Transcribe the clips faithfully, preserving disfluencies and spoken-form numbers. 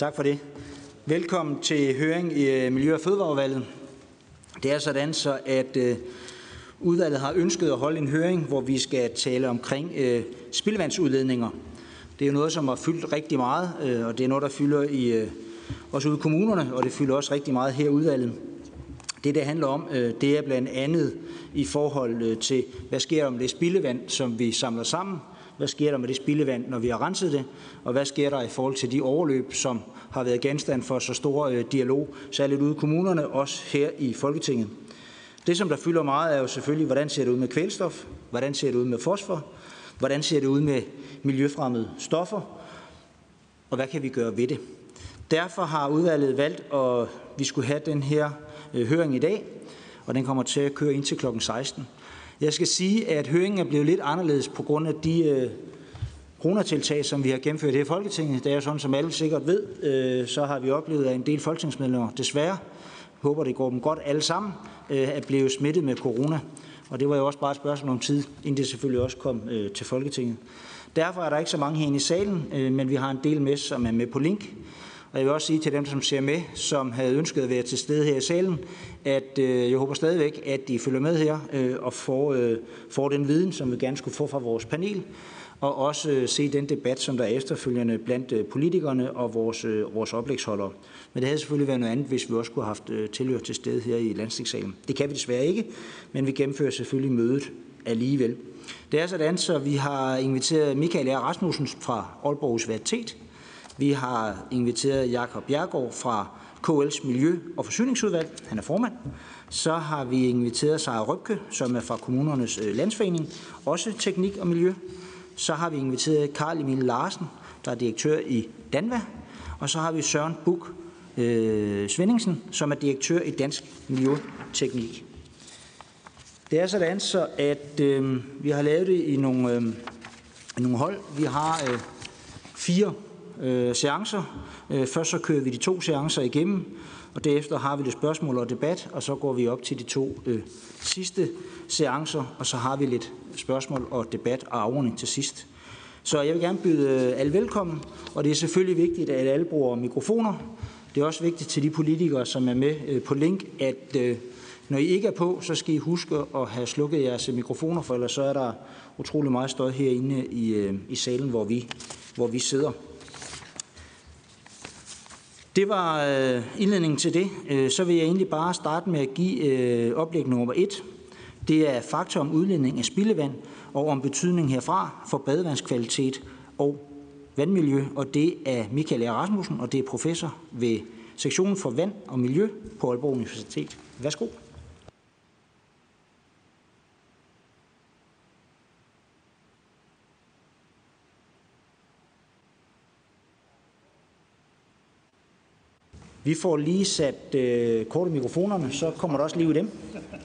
Tak for det. Velkommen til høring i Miljø- og Fødevareudvalget. Det er sådan så, at øh, udvalget har ønsket at holde en høring, hvor vi skal tale omkring øh, spildevandsudledninger. Det er jo noget, som har fyldt rigtig meget, øh, og det er noget, der fylder i, øh, også ude i kommunerne, og det fylder også rigtig meget her i udvalget. Det, det handler om, øh, det er blandt andet i forhold øh, til, hvad sker der med det spildevand, som vi samler sammen? Hvad sker der med det spildevand, når vi har renset det? Og hvad sker der i forhold til de overløb, som har været genstand for så stor øh, dialog, særligt ude i kommunerne, også her i Folketinget? Det, som der fylder meget, er jo selvfølgelig, hvordan ser det ud med kvælstof? Hvordan ser det ud med fosfor? Hvordan ser det ud med miljøfremmede stoffer? Og hvad kan vi gøre ved det? Derfor har udvalget valgt, at vi skulle have den her øh, høring i dag, og den kommer til at køre indtil klokken seksten. Jeg skal sige, at høringen er blevet lidt anderledes på grund af de øh, coronatiltag, som vi har gennemført her i Folketinget. Det er jo sådan, som alle sikkert ved, øh, så har vi oplevet, at en del folketingsmedlemmer desværre, håber det går dem godt alle sammen, øh, er blevet smittet med corona. Og det var jo også bare et spørgsmål om tid, inden det selvfølgelig også kom øh, til Folketinget. Derfor er der ikke så mange herinde i salen, øh, men vi har en del med, som er med på link. Og jeg vil også sige til dem, som ser med, som havde ønsket at være til stede her i salen, at øh, jeg håber stadigvæk, at de følger med her øh, og får, øh, får den viden, som vi gerne skulle få fra vores panel, og også øh, se den debat, som der er efterfølgende blandt øh, politikerne og vores, øh, vores oplægsholdere. Men det havde selvfølgelig været noget andet, hvis vi også skulle have haft øh, tilhør til stede her i Landstingssalen. Det kan vi desværre ikke, men vi gennemfører selvfølgelig mødet alligevel. Det er sådan, så vi har inviteret Michael R. Rasmussen fra Aalborg Universitet. Vi har inviteret Jakob Bjergård fra K L's Miljø- og Forsyningsudvalg. Han er formand. Så har vi inviteret Sara Røbke, som er fra Kommunernes Landsforening, også teknik og miljø. Så har vi inviteret Karl Emil Larsen, der er direktør i DANVA. Og så har vi Søren Buch øh, Svendingsen, som er direktør i Dansk Miljøteknik. Det er sådan så, at øh, vi har lavet det i nogle, øh, i nogle hold. Vi har øh, fire Øh, seancer. Øh, først så kører vi de to seancer igennem, og derefter har vi det spørgsmål og debat, og så går vi op til de to øh, sidste seancer, og så har vi lidt spørgsmål og debat og afrunding til sidst. Så jeg vil gerne byde øh, alle velkommen, og det er selvfølgelig vigtigt, at alle bruger mikrofoner. Det er også vigtigt til de politikere, som er med øh, på link, at øh, når I ikke er på, så skal I huske at have slukket jeres mikrofoner, for ellers så er der utrolig meget støj herinde i, øh, i salen, hvor vi, hvor vi sidder. Det var øh, indledningen til det. Øh, så vil jeg egentlig bare starte med at give øh, oplæg nummer et. Det er fakta om udledning af spildevand og om betydningen herfra for badevandskvalitet og vandmiljø. Og det er Michael R. Rasmussen, og det er professor ved sektionen for vand og miljø på Aalborg Universitet. Værsgo. Vi får lige sat øh, kort i mikrofonerne, så kommer der også liv i dem.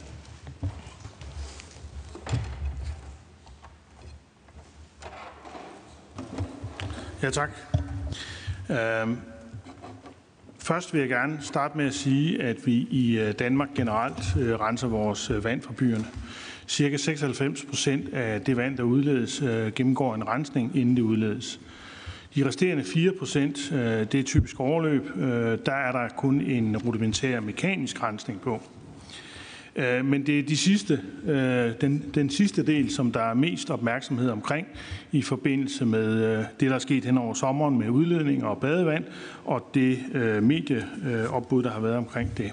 Ja, tak. Øhm, først vil jeg gerne starte med at sige, at vi i Danmark generelt øh, renser vores øh, vand fra byerne. Cirka seksoghalvfems procent af det vand, der udledes, øh, gennemgår en rensning, inden det udledes. De resterende fire procent, det er typisk overløb, der er der kun en rudimentær mekanisk rensning på. Men det er de sidste, den, den sidste del, som der er mest opmærksomhed omkring i forbindelse med det, der er sket hen over sommeren med udledning og badevand, og det medieopbud, der har været omkring det.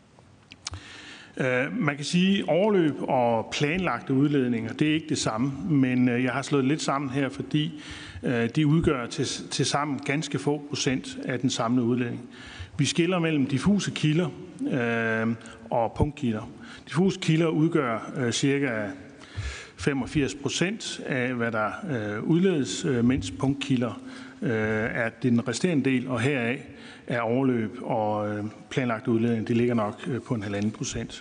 Man kan sige, at overløb og planlagte udledninger, det er ikke det samme, men jeg har slået lidt sammen her, fordi de udgør til, til sammen ganske få procent af den samlede udledning. Vi skiller mellem diffuse kilder øh, og punktkilder. Diffuse kilder udgør øh, cirka femogfirs procent af, hvad der øh, udledes, øh, mens punktkilder øh, er den resterende del, og heraf er overløb og øh, planlagt udledning, det ligger nok øh, på en halvanden procent.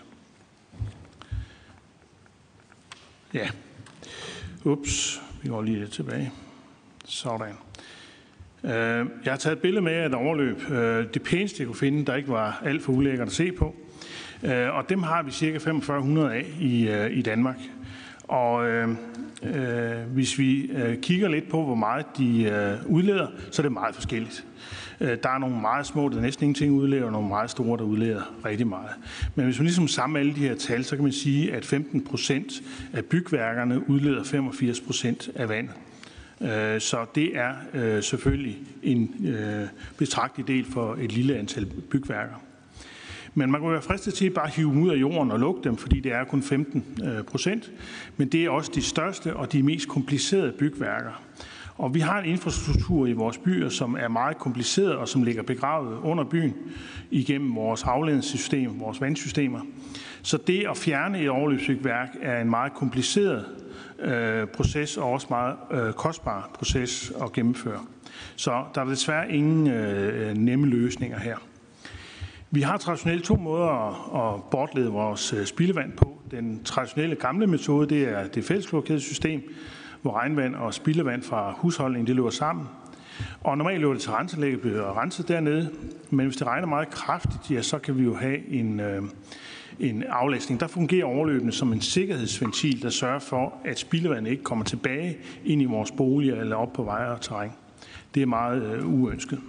Ja, ups, vi går lige lidt tilbage. Sådan. Jeg har taget et billede med af et overløb. Det pæneste, jeg kunne finde, der ikke var alt for ulækkert at se på. Og dem har vi cirka fem tusind fem hundrede af i, i Danmark. Og øh, øh, hvis vi øh, kigger lidt på, hvor meget de øh, udleder, så er det meget forskelligt. Øh, der er nogle meget små, der næsten ingenting udleder, og nogle meget store, der udleder rigtig meget. Men hvis man ligesom samler alle de her tal, så kan man sige, at femten procent af bygværkerne udleder femogfirs procent af vandet. Øh, så det er øh, selvfølgelig en øh, betragtelig del for et lille antal bygværker. Men man kan være fristet til at bare hive dem ud af jorden og lukke dem, fordi det er kun femten procent. Men det er også de største og de mest komplicerede bygværker. Og vi har en infrastruktur i vores byer, som er meget kompliceret og som ligger begravet under byen igennem vores afledningssystem, vores vandsystemer. Så det at fjerne et overløbsbygværk er en meget kompliceret øh, proces og også meget øh, kostbar proces at gennemføre. Så der er desværre ingen øh, nemme løsninger her. Vi har traditionelt to måder at bortlede vores spildevand på. Den traditionelle gamle metode, det er det fælleskloakerede system, hvor regnvand og spildevand fra husholdningen det løber sammen. Og normalt løber det til renseanlægget, bliver renset dernede, men hvis det regner meget kraftigt, ja, så kan vi jo have en, øh, en aflastning. Der fungerer overløbene som en sikkerhedsventil, der sørger for, at spildevandet ikke kommer tilbage ind i vores boliger eller op på veje og terræn. Det er meget øh, uønsket.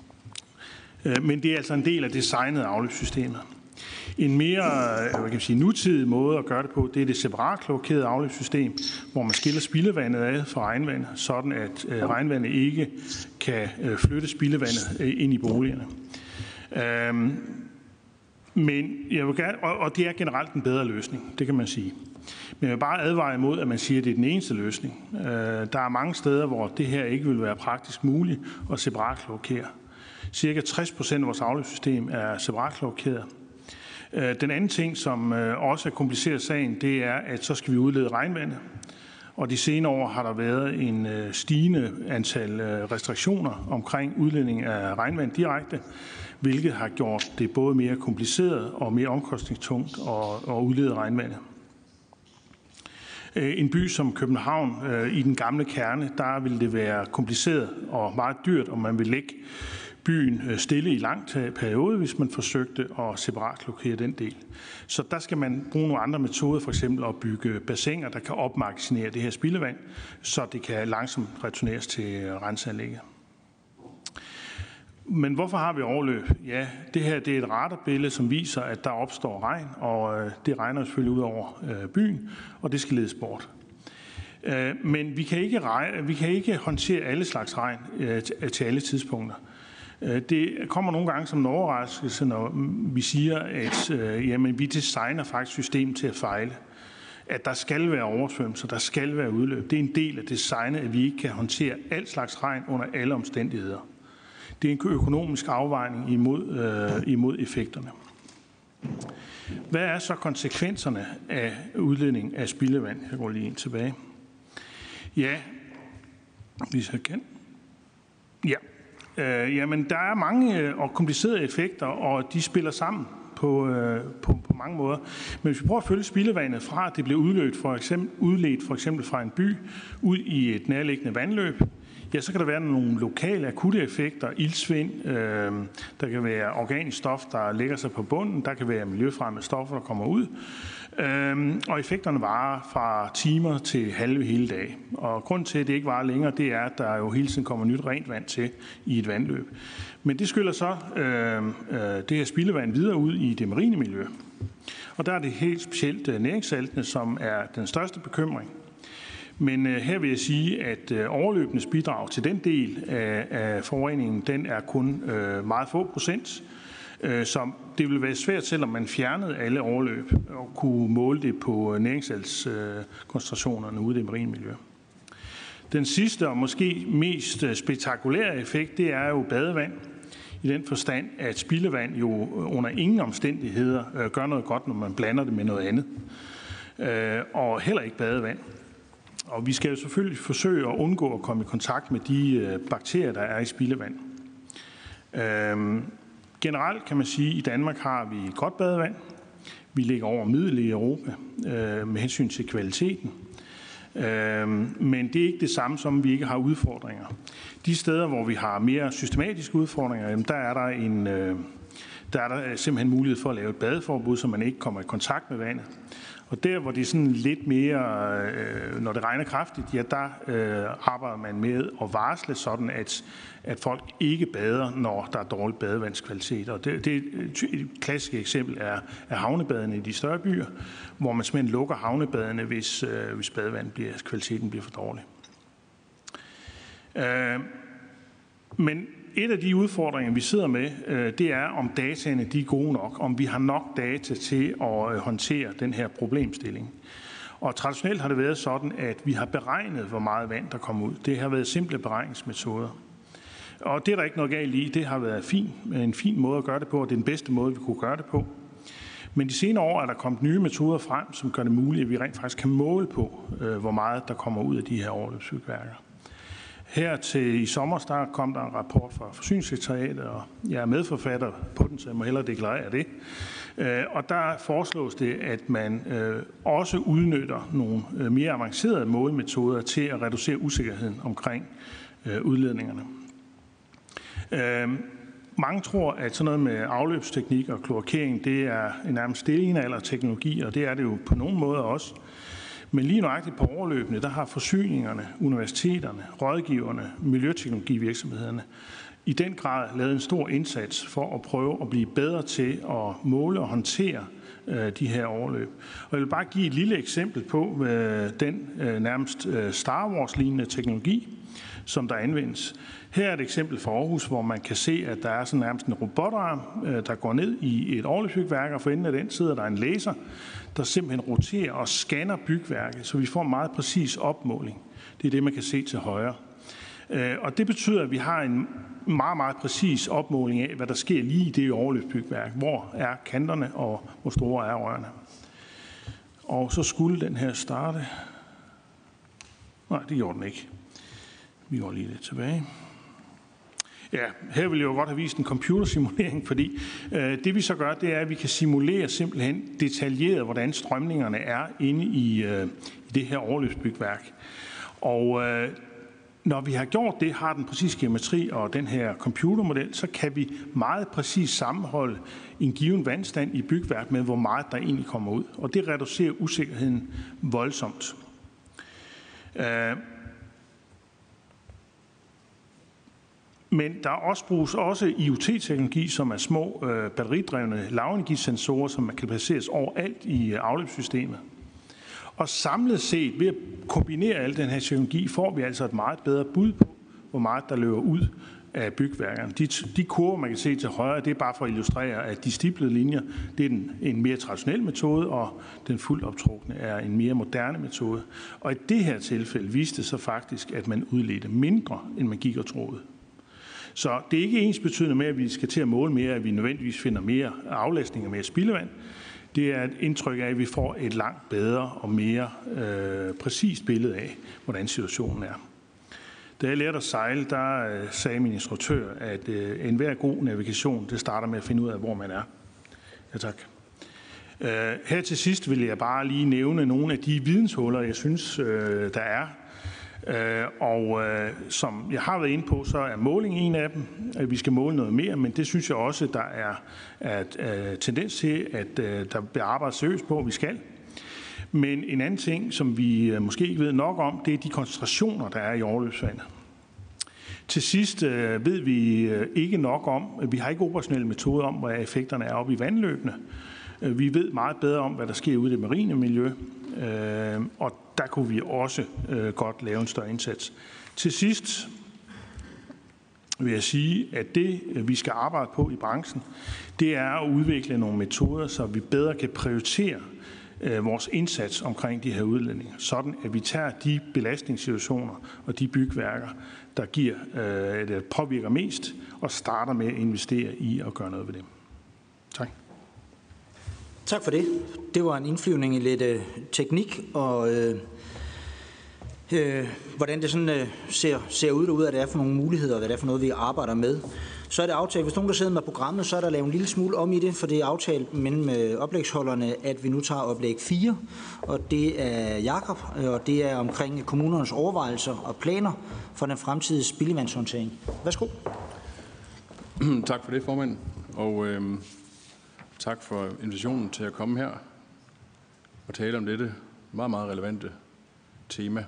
Men det er altså en del af designet af afløbssystemet. En mere hvad kan man sige, nutidig måde at gøre det på, det er det separat kloakerede afløbssystem, hvor man skiller spildevandet ad fra regnvandet, sådan at øh, regnvandet ikke kan øh, flytte spildevandet øh, ind i boligerne. Øhm, men jeg vil gerne, og, og det er generelt en bedre løsning, det kan man sige. Men jeg vil bare advare imod, at man siger, at det er den eneste løsning. Øh, der er mange steder, hvor det her ikke vil være praktisk muligt at separat kloakere. Cirka tres procent af vores afløbssystem er separat kloakeret. Den anden ting, som også er kompliceret sagen, det er, at så skal vi udlede regnvandet. Og de senere år har der været en stigende antal restriktioner omkring udledning af regnvand direkte, hvilket har gjort det både mere kompliceret og mere omkostningstungt at udlede regnvandet. En by som København, i den gamle kerne, der vil det være kompliceret og meget dyrt, om man vil lægge byen stille i lang periode, hvis man forsøgte at separat klokere den del. Så der skal man bruge nogle andre metoder, for eksempel at bygge bassiner, der kan opmagasinere det her spildevand, så det kan langsomt returneres til renseanlægget. Men hvorfor har vi overløb? Ja, det her det er et radarbillede, som viser, at der opstår regn, og det regner selvfølgelig ud over byen, og det skal ledes bort. Men vi kan ikke, vi kan ikke håndtere alle slags regn til alle tidspunkter. Det kommer nogle gange som en overraskelse, når vi siger, at øh, jamen, vi designer faktisk systemet til at fejle. At der skal være oversvømmelser, der skal være udløb. Det er en del af designet, at vi ikke kan håndtere al slags regn under alle omstændigheder. Det er en økonomisk afvejning imod, øh, imod effekterne. Hvad er så konsekvenserne af udledning af spildevand? Jeg går lige ind tilbage. Ja, hvis jeg kan. Ja. Øh, jamen, der er mange øh, og komplicerede effekter, og de spiller sammen på, øh, på, på mange måder. Men hvis vi prøver at følge spildevandet fra, at det bliver udledt for eksempel, udledt for eksempel fra en by ud i et nærliggende vandløb, ja, så kan der være nogle lokale akutte effekter, iltsvind, øh, der kan være organisk stof, der lægger sig på bunden, der kan være miljøfremmede stoffer, der kommer ud, øh, og effekterne varer fra timer til halve hele dag. Og grund til, at det ikke varer længere, det er, at der jo hele tiden kommer nyt rent vand til i et vandløb. Men det skyller så øh, øh, det her spildevand videre ud i det marine miljø. Og der er det helt specielt øh, næringssaltene, som er den største bekymring. Men øh, her vil jeg sige, at øh, overløbenes bidrag til den del af, af forureningen, den er kun øh, meget få procent. Øh, så det vil være svært, selvom man fjernede alle overløb, og kunne måle det på næringssaltskoncentrationerne ude i det marine miljø. Den sidste og måske mest spektakulære effekt, det er jo badevand. I den forstand, at spildevand jo under ingen omstændigheder øh, gør noget godt, når man blander det med noget andet. Øh, og heller ikke badevand. Og vi skal jo selvfølgelig forsøge at undgå at komme i kontakt med de bakterier, der er i spildevand. Øhm, generelt kan man sige, at i Danmark har vi godt badevand. Vi ligger over middel i Europa øh, med hensyn til kvaliteten. Øhm, men det er ikke det samme som, vi ikke har udfordringer. De steder, hvor vi har mere systematiske udfordringer, jamen, der er der en... Øh, der er der simpelthen mulighed for at lave et badeforbud, så man ikke kommer i kontakt med vandet. Og der, hvor det er sådan lidt mere, øh, når det regner kraftigt, ja, der øh, arbejder man med at varsle sådan, at, at folk ikke bader, når der er dårlig badevandskvalitet. Og det, det et klassisk eksempel er, er havnebadene i de større byer, hvor man simpelthen lukker havnebadene, hvis, øh, hvis badevandet bliver, kvaliteten bliver for dårlig. Øh, men et af de udfordringer, vi sidder med, det er, om dataene de er gode nok, om vi har nok data til at håndtere den her problemstilling. Og traditionelt har det været sådan, at vi har beregnet, hvor meget vand der kommer ud. Det har været simple beregningsmetoder. Og det er der ikke noget galt i. Det har været fin, en fin måde at gøre det på, og det er den bedste måde, vi kunne gøre det på. Men de senere år er der kommet nye metoder frem, som gør det muligt, at vi rent faktisk kan måle på, hvor meget der kommer ud af de her overløbsbygværker. Her til i sommer der kom der en rapport fra Forsyningssekretariatet, og jeg er medforfatter på den, så jeg må hellere deklarere det. Og der foreslås det, at man også udnytter nogle mere avancerede målemetoder til at reducere usikkerheden omkring udledningerne. Mange tror, at sådan noget med afløbsteknik og kloakering, det er en nærmest stenalderteknologi, og det er det jo på nogen måde også. Men lige nøjagtigt på overløbene, der har forsyningerne, universiteterne, rådgiverne, miljøteknologivirksomhederne i den grad lavet en stor indsats for at prøve at blive bedre til at måle og håndtere øh, de her overløb. Og jeg vil bare give et lille eksempel på øh, den øh, nærmest øh, Star Wars-lignende teknologi, som der anvendes. Her er et eksempel fra Aarhus, hvor man kan se, at der er sådan nærmest en robotarm, der går ned i et overløbsbygværk, og for enden af den sidder der en laser, der simpelthen roterer og scanner bygværket, så vi får en meget præcis opmåling. Det er det, man kan se til højre. Og det betyder, at vi har en meget, meget præcis opmåling af, hvad der sker lige i det overløbsbygværk. Hvor er kanterne, og hvor store er rørene. Og så skulle den her starte. Nej, det gjorde den ikke. Vi går lige lidt tilbage. Ja, her vil jeg jo godt have vist en computersimulering, fordi øh, det vi så gør, det er, at vi kan simulere simpelthen detaljeret, hvordan strømningerne er inde i, øh, i det her overløbsbygværk. Og øh, når vi har gjort det, har den præcis geometri og den her computermodel, så kan vi meget præcis sammenholde en given vandstand i bygværk med, hvor meget der egentlig kommer ud. Og det reducerer usikkerheden voldsomt. Øh, Men der også bruges også I O T-teknologi, som er små øh, batteridrevne lavenergisensorer, som kan placeres overalt i afløbssystemet. Og samlet set, ved at kombinere al den her teknologi, får vi altså et meget bedre bud på, hvor meget der løber ud af bygværkerne. De, de kurver, man kan se til højre, det er bare for at illustrere, at de stiplede linjer, det er den, en mere traditionel metode, og den fuldt optrukne er en mere moderne metode. Og i det her tilfælde viste det sig faktisk, at man udledte mindre, end man gik og troede. Så det er ikke ensbetydende med, at vi skal til at måle mere, at vi nødvendigvis finder mere aflastning og mere spildevand. Det er et indtryk af, at vi får et langt bedre og mere øh, præcist billede af, hvordan situationen er. Da jeg lærte at sejle, der øh, sagde min instruktør, at øh, enhver god navigation, det starter med at finde ud af, hvor man er. Ja, tak. Øh, her til sidst vil jeg bare lige nævne nogle af de videnshuller, jeg synes, øh, der er. Og øh, som jeg har været inde på, så er måling en af dem. Vi skal måle noget mere, men det synes jeg også, der er at, at tendens til, at øh, der bliver arbejdet seriøst på, at vi skal. Men en anden ting, som vi måske ikke ved nok om, det er de koncentrationer, der er i overløbsvandet. Til sidst øh, ved vi øh, ikke nok om, vi har ikke operationelle metoder om, hvad effekterne er oppe i vandløbene. Vi ved meget bedre om, hvad der sker ude i det marine miljø, øh, og der kunne vi også øh, godt lave en større indsats. Til sidst vil jeg sige, at det, vi skal arbejde på i branchen, det er at udvikle nogle metoder, så vi bedre kan prioritere øh, vores indsats omkring de her udledninger, sådan at vi tager de belastningssituationer og de bygværker, der giver, øh, der påvirker mest, og starter med at investere i at gøre noget ved det. Tak. Tak for det. Det var en indflyvning i lidt øh, teknik og øh, øh, hvordan det sådan øh, ser, ser ud derude, at det er for nogle muligheder, og hvad det er for noget, vi arbejder med. Så er det aftalt, hvis nogen der sidder med programmet, så er der lavet en lille smule om i det, for det er aftalt mellem øh, oplægsholderne, at vi nu tager oplæg fire, og det er Jakob, og det er omkring kommunernes overvejelser og planer for den fremtidige spildevandshåndtering. Værsgo. Tak for det, formand. Og øh, Tak for invitationen til at komme her og tale om dette meget, meget relevante tema.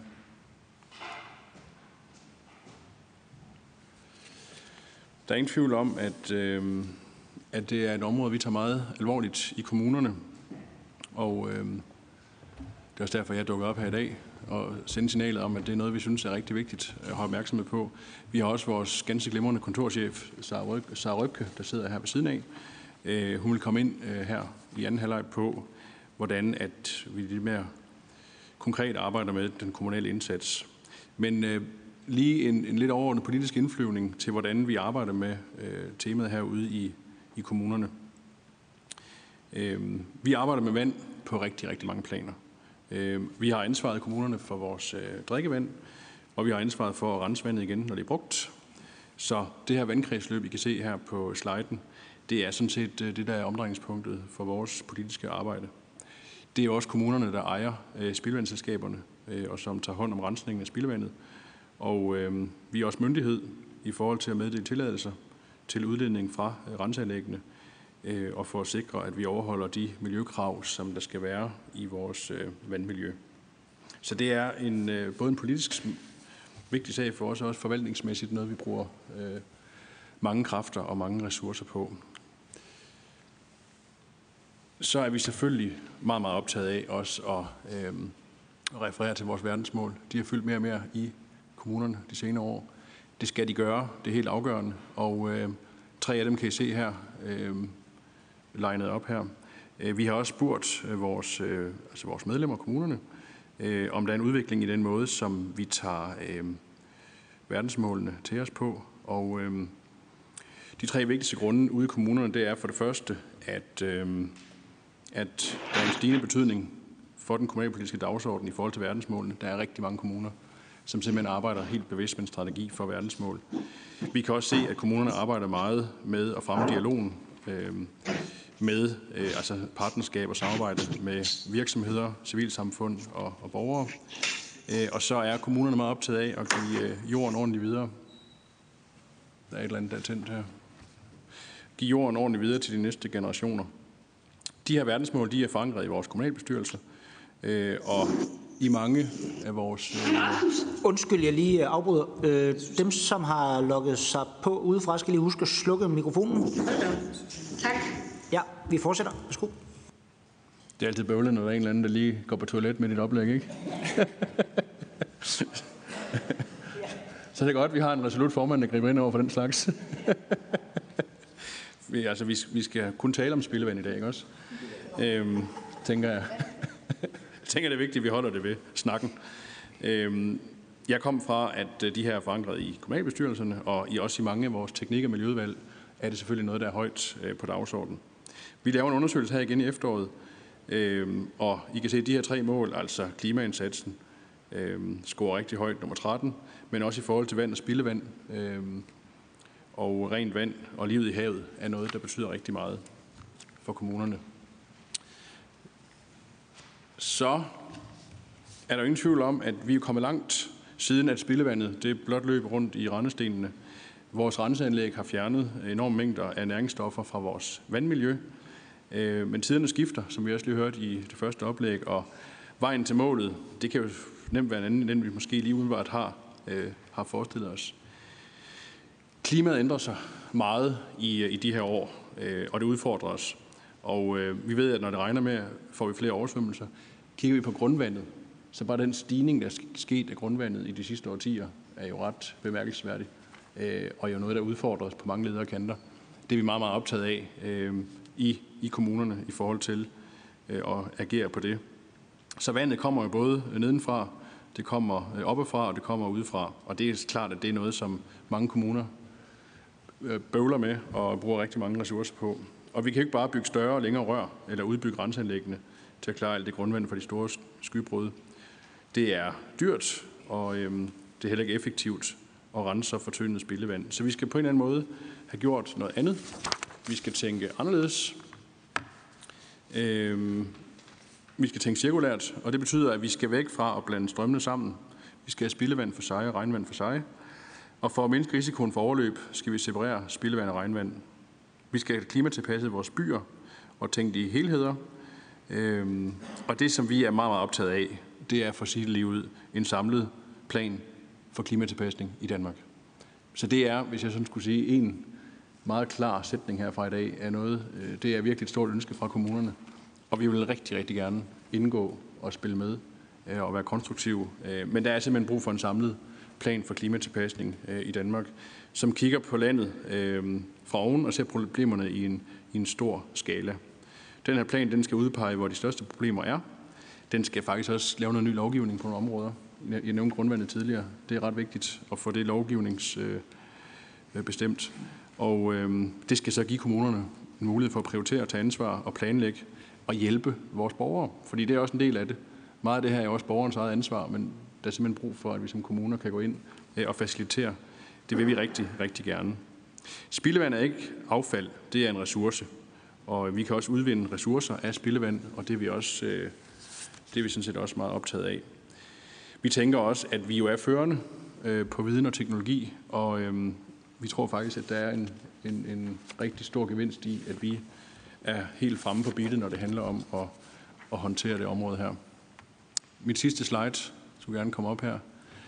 Der er ingen tvivl om, at, øh, at det er et område, vi tager meget alvorligt i kommunerne. Og øh, det er også derfor, jeg dukker op her i dag og sender signalet om, at det er noget, vi synes er rigtig vigtigt at have opmærksomhed på. Vi har også vores ganske glimrende kontorchef, Sara Røbke, der sidder her ved siden af. Øh, hun vil komme ind øh, her i anden halvleg på, hvordan at vi lidt mere konkret arbejder med den kommunale indsats. Men øh, lige en, en lidt overordnet politisk indflyvning til, hvordan vi arbejder med øh, temaet herude i, i kommunerne. Øh, vi arbejder med vand på rigtig, rigtig mange planer. Øh, vi har ansvaret i kommunerne for vores øh, drikkevand, og vi har ansvaret for at rense vandet igen, når det er brugt. Så det her vandkredsløb, I kan se her på sliden, det er sådan set øh, det, der er omdrejningspunktet for vores politiske arbejde. Det er også kommunerne, der ejer øh, spildevandsselskaberne, øh, og som tager hånd om rensningen af spildevandet. Og øh, vi er også myndighed i forhold til at meddele tilladelser til udledning fra øh, renseanlæggene, øh, og for at sikre, at vi overholder de miljøkrav, som der skal være i vores øh, vandmiljø. Så det er en, øh, både en politisk vigtig sag for os, og også forvaltningsmæssigt noget, vi bruger øh, mange kræfter og mange ressourcer på. Så er vi selvfølgelig meget, meget optaget af også at, øh, at referere til vores verdensmål. De har fyldt mere og mere i kommunerne de senere år. Det skal de gøre, det er helt afgørende. Og øh, tre af dem kan I se her, øh, legnet op her. Vi har også spurgt vores, øh, altså vores medlemmer af kommunerne, øh, om der er en udvikling i den måde, som vi tager øh, verdensmålene til os på. Og øh, de tre vigtigste grunde ude i kommunerne, det er for det første, at, øh, at der er en stigende betydning for den kommunalpolitiske dagsorden i forhold til verdensmålene. Der er rigtig mange kommuner, som simpelthen arbejder helt bevidst med en strategi for verdensmål. Vi kan også se, at kommunerne arbejder meget med at fremme dialogen øh, med øh, altså partnerskab og samarbejde med virksomheder, civilsamfund og, og borgere. Øh, og så er kommunerne meget optaget af at give øh, jorden ordentligt videre. Der er et eller andet, der er tændt her. Give jorden ordentligt videre til de næste generationer. De her verdensmål, de er forankret i vores kommunalbestyrelse, øh, og i mange af vores... Øh... Undskyld, jeg lige afbryder. Øh, dem, som har logget sig på udefra, skal lige huske at slukke mikrofonen. Tak. Ja, vi fortsætter. Værsgo. Det er altid bøvlet, når der er en eller anden, der lige går på toilet med dit oplæg, ikke? Så det er godt, at vi har en resolut formand, der griber ind over for den slags. vi, altså, vi, vi skal kun tale om spildevand i dag, ikke også? Øhm, tænker jeg. Jeg tænker, det er vigtigt, at vi holder det ved snakken. Øhm, jeg kom fra, at de her er forankret i kommunalbestyrelserne, og i også i mange af vores teknik- og miljøudvalg er det selvfølgelig noget, der er højt øh, på dagsordenen. Vi laver en undersøgelse her igen i efteråret, øhm, og I kan se, at de her tre mål, altså klimaindsatsen, øhm, scorer rigtig højt, nummer tretten, men også i forhold til vand og spildevand, øhm, og rent vand og livet i havet er noget, der betyder rigtig meget for kommunerne. Så er der ingen tvivl om, at vi er kommet langt siden, at spildevandet det blot løb rundt i rendestenene. Vores renseanlæg har fjernet enorme mængder af næringsstoffer fra vores vandmiljø. Men tiderne skifter, som vi også lige hørte i det første oplæg, og vejen til målet, det kan jo nemt være en anden, end vi måske lige umiddelbart har, øh, har forestillet os. Klimaet ændrer sig meget i, i de her år, øh, og det udfordrer os. Og øh, vi ved, at når det regner med, får vi flere oversvømmelser. Kigger vi på grundvandet, så bare den stigning, der er sket af grundvandet i de sidste årtier, er jo ret bemærkelsesværdig, øh, og jo noget, der udfordrer os på mange ledere kanter. Det er vi meget, meget optaget af øh, i, i kommunerne i forhold til øh, at agere på det. Så vandet kommer jo både nedenfra, det kommer oppefra, og det kommer udefra. Og det er klart, at det er noget, som mange kommuner øh, bøvler med og bruger rigtig mange ressourcer på. Og vi kan ikke bare bygge større og længere rør, eller udbygge renseanlæggene til at klare alt det grundvand for de store skybrud. Det er dyrt, og øhm, det er heller ikke effektivt at rense og fortyndet spildevand. Så vi skal på en eller anden måde have gjort noget andet. Vi skal tænke anderledes. Øhm, vi skal tænke cirkulært, og det betyder, at vi skal væk fra at blande strømmene sammen. Vi skal have spildevand for sig og regnvand for sig. Og for at mindske risikoen for overløb, skal vi separere spildevand og regnvand. Vi skal have klimatilpasset vores byer, og tænkt i helheder. Øhm, og det, som vi er meget, meget optaget af, det er for at sige det lige ud, en samlet plan for klimatilpasning i Danmark. Så det er, hvis jeg sådan skulle sige, en meget klar sætning herfra i dag, er noget, det er virkelig et stort ønske fra kommunerne. Og vi vil rigtig, rigtig gerne indgå og spille med og være konstruktive. Men der er simpelthen brug for en samlet plan for klimatilpasning i Danmark, som kigger på landet fra oven og ser problemerne i en, i en stor skala. Den her plan, den skal udpege, hvor de største problemer er. Den skal faktisk også lave noget ny lovgivning på nogle områder. Jeg nævnte grundvandet tidligere. Det er ret vigtigt at få det lovgivningsbestemt. Og øh, det skal så give kommunerne en mulighed for at prioritere, tage ansvar og planlægge og hjælpe vores borgere. Fordi det er også en del af det. Meget af det her er også borgerens eget ansvar, men der er simpelthen brug for, at vi som kommuner kan gå ind og facilitere. Det vil vi rigtig, rigtig gerne. Spildevand er ikke affald, det er en ressource. Og vi kan også udvinde ressourcer af spildevand, og det er vi, også, det er vi sådan set også meget optaget af. Vi tænker også, at vi jo er førende på viden og teknologi, og vi tror faktisk, at der er en, en, en rigtig stor gevinst i, at vi er helt fremme på beatet, når det handler om at, at håndtere det område her. Mit sidste slide skulle gerne komme op her.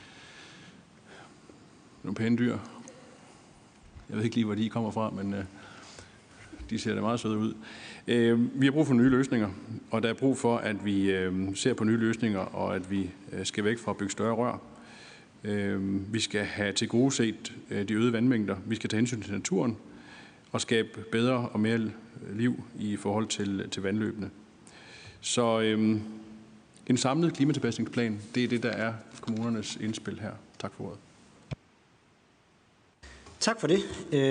Nogle pæne dyr. Jeg ved ikke lige, hvor de kommer fra, men øh, de ser da meget søde ud. Øh, vi har brug for nye løsninger, og der er brug for, at vi øh, ser på nye løsninger, og at vi øh, skal væk fra at bygge større rør. Øh, vi skal have til gode set øh, de øgede vandmængder. Vi skal tage hensyn til naturen og skabe bedre og mere liv i forhold til, til vandløbene. Så øh, en samlet klimatilpasningsplan, det er det, der er kommunernes indspil her. Tak for ordet. Tak for det.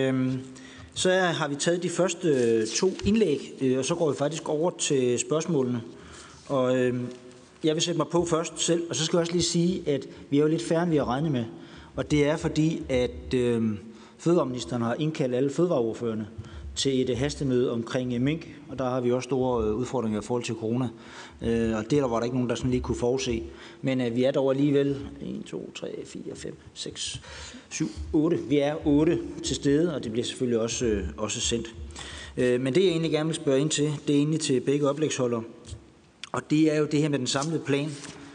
Så har vi taget de første to indlæg, og så går vi faktisk over til spørgsmålene. Og jeg vil sætte mig på først selv, og så skal jeg også lige sige, at vi er jo lidt færre, end vi har regnet med. Og det er fordi, at fødevareministeren har indkaldt alle fødevareordførerne til et hastemøde omkring mink, og der har vi også store udfordringer i forhold til corona. Og det der var der ikke nogen, der sådan lige kunne forudse. Men vi er dog alligevel en, to, tre, fire, fem, seks, syv, otte. Vi er otte til stede, og det bliver selvfølgelig også, også sendt. Men det jeg egentlig gerne vil spørge ind til, det er egentlig til begge oplægsholdere. Og det er jo det her med den samlede plan.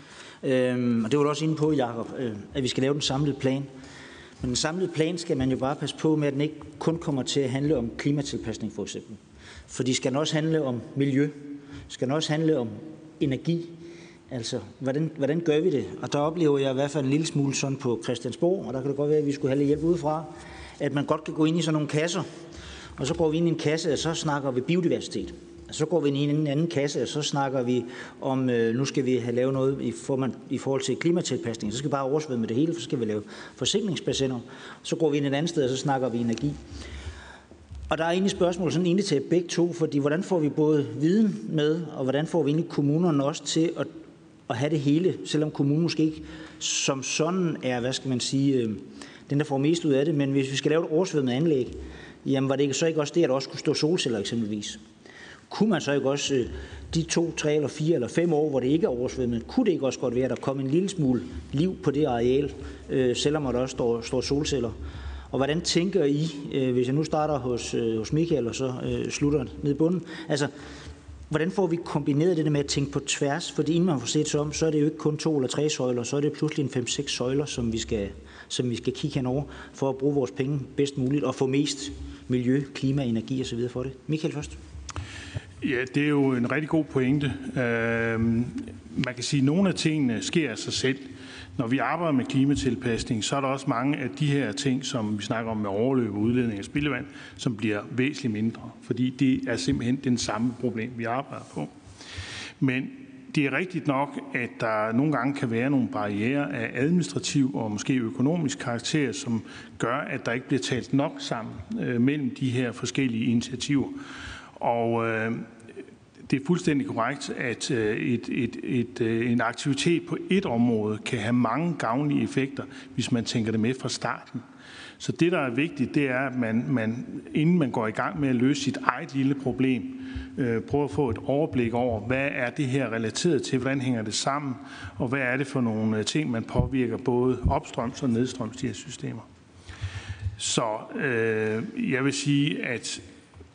Og det var du også inde på, Jacob, at vi skal lave den samlede plan. Men den samlede plan skal man jo bare passe på med, at den ikke kun kommer til at handle om klimatilpasning for eksempel. For de skal også handle om miljø. Skal også handle om energi. Altså, hvordan, hvordan gør vi det? Og der oplever jeg i hvert fald en lille smule sådan på Christiansborg, og der kan det godt være, at vi skulle have lidt hjælp udefra, at man godt kan gå ind i sådan nogle kasser, og så går vi ind i en kasse, og så snakker vi biodiversitet. Og så går vi ind i en anden kasse, og så snakker vi om, øh, nu skal vi have lavet noget i, for, i forhold til klimatilpasning. Så skal vi bare oversvømme med det hele, for så skal vi lave forsikringsbassiner. Så går vi ind et andet sted, og så snakker vi energi. Og der er egentlig spørgsmål sådan egentlig til begge to, fordi hvordan får vi både viden med, og hvordan får vi egentlig kommunerne også til at, at have det hele, selvom kommunen måske ikke som sådan er, hvad skal man sige, øh, den der får mest ud af det. Men hvis vi skal lave et oversvømmet anlæg, jamen var det så ikke også det, at der også skulle stå solceller eksempelvis? Kunne man så ikke også de to, tre eller fire eller fem år, hvor det ikke er oversvømmet, kunne det ikke også godt være, at der kom en lille smule liv på det areal, øh, selvom der også står, står solceller? Og hvordan tænker I, øh, hvis jeg nu starter hos, øh, hos Michael og så øh, slutter ned i bunden, altså hvordan får vi kombineret det der med at tænke på tværs? Fordi inden man får set sig om, så er det jo ikke kun to eller tre søjler, så er det pludselig en fem, seks søjler, som vi skal, som vi skal kigge henover for at bruge vores penge bedst muligt og få mest miljø, klima, energi og så videre for det. Michael først. Ja, det er jo en rigtig god pointe. Øh, man kan sige, at nogle af tingene sker af sig selv. Når vi arbejder med klimatilpasning, så er der også mange af de her ting, som vi snakker om med overløb og udledning af spildevand, som bliver væsentligt mindre, fordi det er simpelthen den samme problem, vi arbejder på. Men det er rigtigt nok, at der nogle gange kan være nogle barrierer af administrativ og måske økonomisk karakter, som gør, at der ikke bliver talt nok sammen øh, mellem de her forskellige initiativer. Og øh, det er fuldstændig korrekt, at øh, et, et, et, øh, en aktivitet på et område kan have mange gavnlige effekter, hvis man tænker det med fra starten. Så det, der er vigtigt, det er, at man, man inden man går i gang med at løse sit eget lille problem, øh, prøver at få et overblik over, hvad er det her relateret til, hvordan hænger det sammen, og hvad er det for nogle ting, man påvirker både opstrøms og nedstrøms de her systemer. Så øh, jeg vil sige, at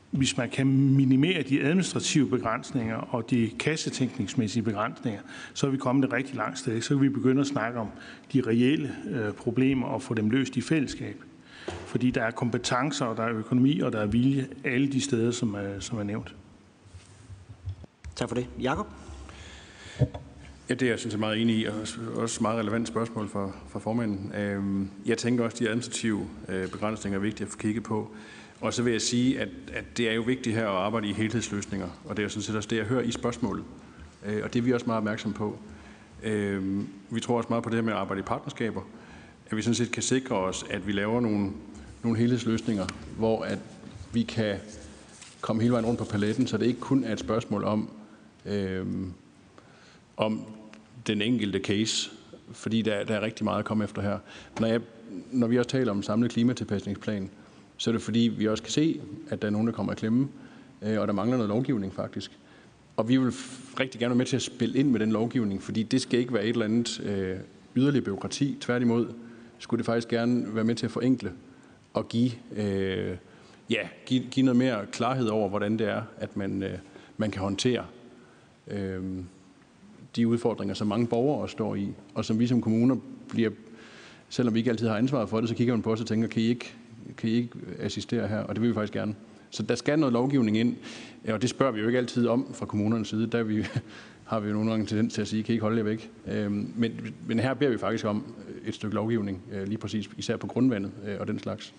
hvis man kan minimere de administrative begrænsninger og de kassetænkningsmæssige begrænsninger, så er vi kommet et rigtig langt sted. Så kan vi begynde at snakke om de reelle øh, problemer og få dem løst i fællesskab. Fordi der er kompetencer, og der er økonomi, og der er vilje alle de steder, som er, som er nævnt. Tak for det. Jakob? Ja, det er jeg synes jeg meget enig i, og også meget relevant spørgsmål for, for formanden. Jeg tænker også, at de administrative begrænsninger er vigtige at få kigget på. Og så vil jeg sige, at, at det er jo vigtigt her at arbejde i helhedsløsninger, og det er jo sådan set også det, jeg hører i spørgsmålet. Og det er vi også meget opmærksom på. Vi tror også meget på det her med at arbejde i partnerskaber, at vi sådan set kan sikre os, at vi laver nogle, nogle helhedsløsninger, hvor at vi kan komme hele vejen rundt på paletten, så det ikke kun er et spørgsmål om, øh, om den enkelte case, fordi der, der er rigtig meget at komme efter her. Når, jeg, når vi også taler om en samlet klimatilpasningsplan, så er det fordi, vi også kan se, at der er nogen, der kommer i klemme, øh, og der mangler noget lovgivning faktisk. Og vi vil rigtig gerne være med til at spille ind med den lovgivning, fordi det skal ikke være et eller andet øh, yderligere byråkrati. Tværtimod skulle det faktisk gerne være med til at forenkle og give, øh, ja, give, give noget mere klarhed over, hvordan det er, at man, øh, man kan håndtere øh, de udfordringer, som mange borgere står i, og som vi som kommuner bliver, selvom vi ikke altid har ansvaret for det, så kigger man på os og tænker, kan I ikke, kan I ikke assistere her? Og det vil vi faktisk gerne. Så der skal noget lovgivning ind, og det spørger vi jo ikke altid om fra kommunernes side. Der vi, har vi jo nogle gange tendens til at sige, kan I ikke holde jer væk? Men, men her beder vi faktisk om et stykke lovgivning, lige præcis, især på grundvandet og den slags.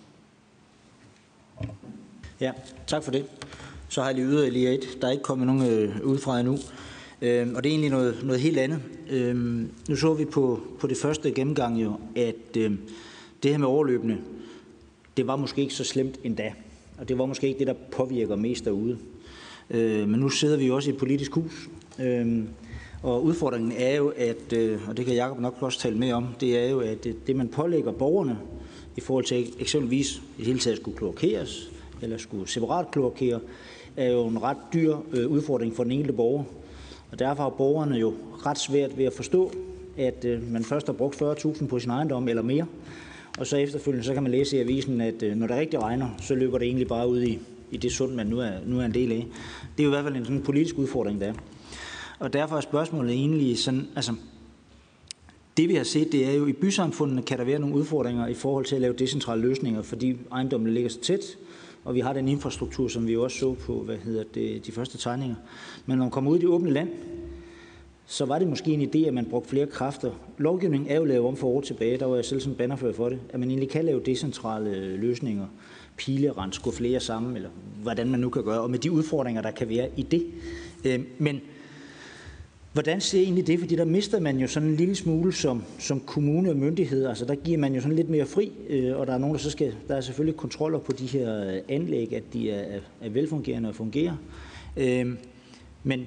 Ja, tak for det. Så har jeg lige yderligere et. Der er ikke kommet nogen øh, udefra endnu. Øhm, og det er egentlig noget, noget helt andet. Øhm, nu så vi på, på det første gennemgang jo, at øh, det her med overløbende, det var måske ikke så slemt endda. Og det var måske ikke det, der påvirker mest derude. Øh, men nu sidder vi jo også i et politisk hus. Øh, og udfordringen er jo, at, øh, og det kan Jacob nok også tale mere om, det er jo, at det, det man pålægger borgerne, i forhold til eksempelvis i hele taget skulle kloakeres, eller skulle separat kloakere, er jo en ret dyr øh, udfordring for den enkelte borger. Og derfor har borgerne jo ret svært ved at forstå, at øh, man først har brugt fyrre tusind på sin ejendom eller mere, og så efterfølgende så kan man læse i avisen, at øh, når det rigtig regner, så løber det egentlig bare ud i, i det sund, man nu er, nu er en del af. Det er jo i hvert fald en sådan politisk udfordring, der er. Og derfor er spørgsmålet egentlig sådan, altså, det vi har set, det er jo, i bysamfundene kan der være nogle udfordringer i forhold til at lave decentrale løsninger, fordi ejendommene ligger så tæt, og vi har den infrastruktur, som vi også så på, hvad hedder det, de første tegninger. Men når man kommer ud i det åbne land, så var det måske en idé, at man brugte flere kræfter. Lovgivningen er jo lavet om for år tilbage, der var jeg selv sådan bannerfører for det, at man egentlig kan lave decentrale løsninger, pilerens, gå flere sammen, eller hvordan man nu kan gøre, og med de udfordringer, der kan være i det. Men hvordan ser I egentlig det? Fordi der mister man jo sådan en lille smule som, som kommune og myndighed. Altså der giver man jo sådan lidt mere fri, og der er nogen, der så skal, der er selvfølgelig kontroller på de her anlæg, at de er, er velfungerende og fungerer. Men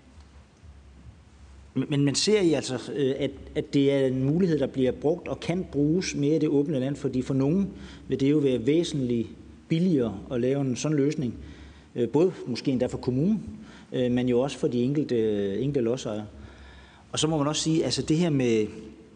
Men man ser I altså, at, at det er en mulighed, der bliver brugt og kan bruges mere i det åbne land, fordi for nogen vil det jo være væsentligt billigere at lave en sådan løsning, både måske endda for kommunen, men jo også for de enkelte, enkelte lodsejere. Og så må man også sige, altså det her med,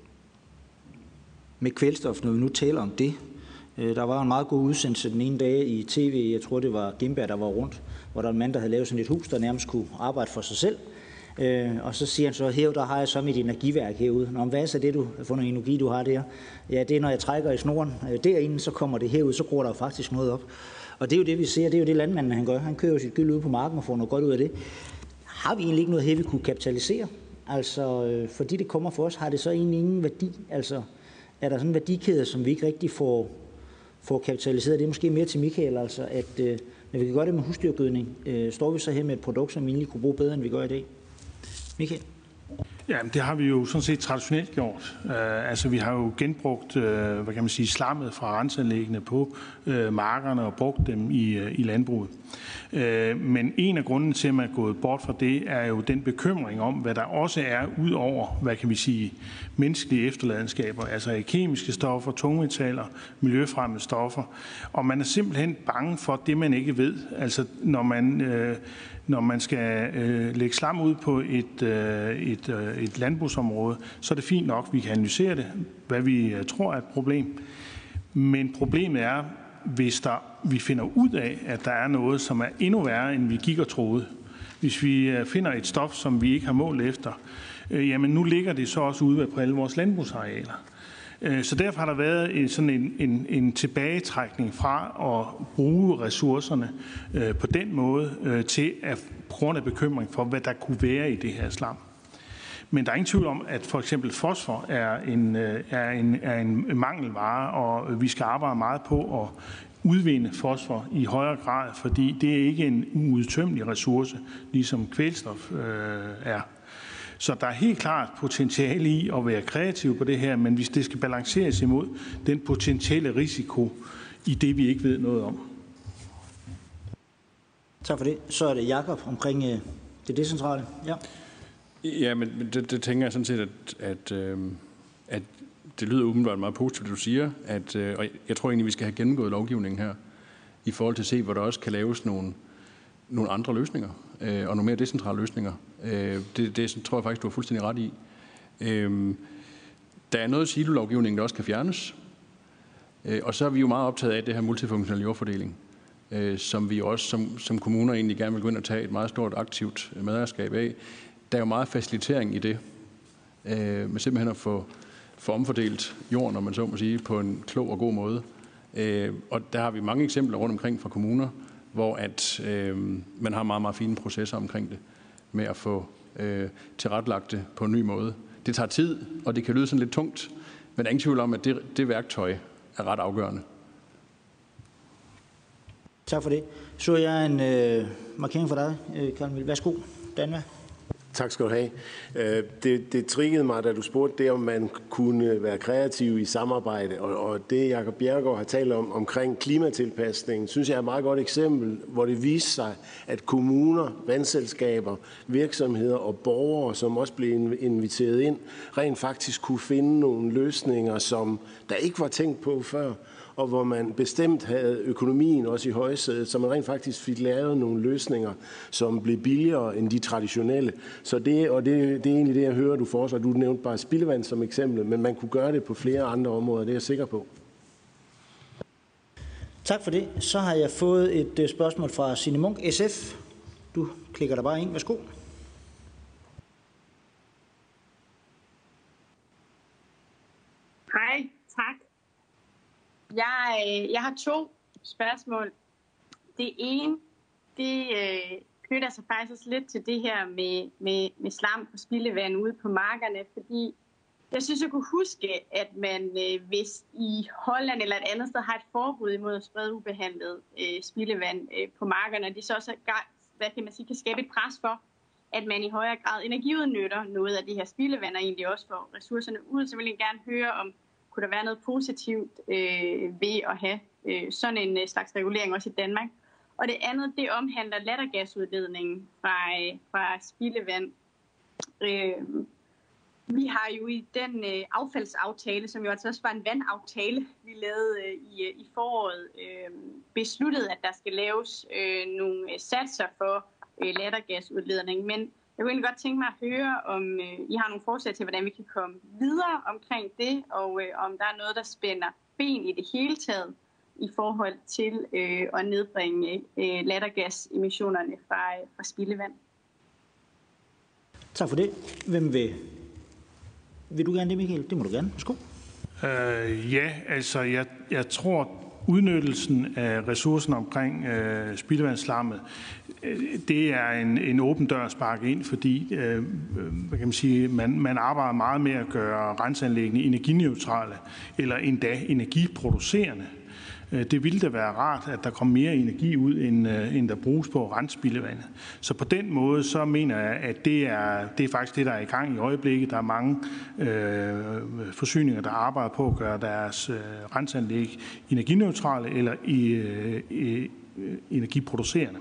med kvælstof, når vi nu taler om det, der var en meget god udsendelse den ene dag i tv, jeg tror det var Gimberg, der var rundt, hvor der var en mand, der havde lavet sådan et hus, der nærmest kunne arbejde for sig selv. Øh, og så siger han så, her der har jeg så mit energiværk herude. Nå, hvad er så det, du har fundet energi, du har der? Ja, det er, når jeg trækker i snoren øh, derinde, så kommer det herud, så gror der faktisk noget op. Og det er jo det, vi ser, det er jo det landmanden, han gør. Han kører jo sit gyld ude på marken og får noget godt ud af det. Har vi egentlig ikke noget her, vi kunne kapitalisere? Altså, øh, fordi det kommer for os, har det så egentlig ingen værdi? Altså, er der sådan en værdikæde, som vi ikke rigtig får, får kapitaliseret? Det er måske mere til Michael, altså, at øh, når vi kan gøre det med husdyrgødning, øh, står vi så her med et produkt, som vi egentlig kunne bruge bedre, end vi gør i dag? Michael? Ja, det har vi jo sådan set traditionelt gjort. Uh, altså, vi har jo genbrugt, uh, hvad kan man sige, slammet fra renseanlæggene på uh, markerne og brugt dem i, uh, i landbruget. Uh, men en af grunden til, at man er gået bort fra det, er jo den bekymring om, hvad der også er ud over, hvad kan vi sige, menneskelige efterladenskaber, altså kemiske stoffer, tungmetaller, miljøfremmede stoffer. Og man er simpelthen bange for det, man ikke ved. Altså, når man... Uh, Når man skal øh, lægge slam ud på et, øh, et, øh, et landbrugsområde, så er det fint nok, vi kan analysere det, hvad vi øh, tror er et problem. Men problemet er, hvis der, vi finder ud af, at der er noget, som er endnu værre, end vi gik og troede. Hvis vi finder et stof, som vi ikke har målt efter, øh, jamen nu ligger det så også ude på alle vores landbrugsarealer. Så derfor har der været en, sådan en, en, en tilbagetrækning fra at bruge ressourcerne øh, på den måde øh, til at på grund af bekymring for, hvad der kunne være i det her slam. Men der er ingen tvivl om, at for eksempel fosfor er en, øh, er en, er en mangelvare, og vi skal arbejde meget på at udvinde fosfor i højere grad, fordi det er ikke en uudtømmelig ressource, ligesom kvælstof øh, er. Så der er helt klart potentiale i at være kreativ på det her, men hvis det skal balanceres imod den potentielle risiko i det, vi ikke ved noget om. Tak for det. Så er det Jakob omkring øh, det decentrale. Ja, ja men det, det tænker jeg sådan set, at, at, øh, at det lyder umiddelbart meget positivt, det du siger. At, øh, og jeg tror egentlig, vi skal have gennemgået lovgivningen her, i forhold til at se, hvor der også kan laves nogle, nogle andre løsninger, øh, og nogle mere decentrale løsninger. Det, det tror jeg faktisk, du har fuldstændig ret i. Øhm, der er noget silolovgivning, der også kan fjernes. Øh, og så er vi jo meget optaget af det her multifunktionelle jordfordeling, øh, som vi også som, som kommuner egentlig gerne vil gå ind og tage et meget stort aktivt medejerskab af. Der er jo meget facilitering i det, øh, med simpelthen at få, få omfordelt jorden, når man så må sige, på en klog og god måde. Øh, og der har vi mange eksempler rundt omkring fra kommuner, hvor at, øh, man har meget, meget fine processer omkring det, med at få øh, tilrettelagt det på en ny måde. Det tager tid, og det kan lyde sådan lidt tungt, men der er ingen tvivl om, at det, det værktøj er ret afgørende. Tak for det. Så jeg en øh, markering for dig, øh, Karl Emil. Værsgo, Danva. Tak skal du have. Det, det triggede mig, da du spurgte det, om man kunne være kreativ i samarbejde, og, og det Jakob Bjerregaard har talt om omkring klimatilpasning, synes jeg er et meget godt eksempel, hvor det viser sig, at kommuner, vandselskaber, virksomheder og borgere, som også blev inviteret ind, rent faktisk kunne finde nogle løsninger, som der ikke var tænkt på før, og hvor man bestemt havde økonomien også i højsædet, så man rent faktisk fik lavet nogle løsninger, som blev billigere end de traditionelle. Så det, og det, det er egentlig det, jeg hører, du foreslår. Du nævnte bare spildevand som eksempel, men man kunne gøre det på flere andre områder, det er jeg sikker på. Tak for det. Så har jeg fået et spørgsmål fra Signe Munk, S F. Du klikker der bare ind. Værsgo. Hej, tak. Jeg, jeg har to spørgsmål. Det ene, det øh, knytter sig faktisk også lidt til det her med, med, med slam og spildevand ude på markerne, fordi jeg synes, jeg kunne huske, at man, øh, hvis i Holland eller et andet sted har et forbud imod at sprede ubehandlet øh, spildevand øh, på markerne, og de så også hvad kan man sige, kan skabe et pres for, at man i højere grad energiudnytter noget af det her spildevand, og egentlig også får ressourcerne ud, så vil jeg gerne høre, om kunne der være noget positivt øh, ved at have øh, sådan en øh, slags regulering også i Danmark. Og det andet, det omhandler lattergasudledningen fra, øh, fra spildevand. Øh, vi har jo i den øh, affaldsaftale, som jo altså også var en vandaftale, vi lavede øh, i, i foråret, øh, besluttet, at der skal laves øh, nogle satser for øh, lattergasudledning. Men jeg kunne egentlig godt tænke mig at høre, om øh, I har nogle forslag til, hvordan vi kan komme videre omkring det, og øh, om der er noget, der spænder ben i det hele taget i forhold til øh, at nedbringe øh, lattergasemissionerne fra, fra spildevand. Tak for det. Hvem vil, vil du gerne det, Michael? Det må du gerne. Værsgo. Øh, ja, altså jeg, jeg tror, udnyttelsen af ressourcen omkring øh, spildevandsslammet, øh, det er en, en åben dør at sparke ind, fordi øh, hvad kan man, sige, man, man arbejder meget med at gøre renseanlæggene energineutrale, eller endda energiproducerende. Det ville da være rart, at der kom mere energi ud, end, end der bruges på at rense spildevandet. Så på den måde, så mener jeg, at det er, det er faktisk det, der er i gang i øjeblikket. Der er mange øh, forsyninger, der arbejder på at gøre deres øh, renseanlæg energineutrale eller i, øh, energiproducerende.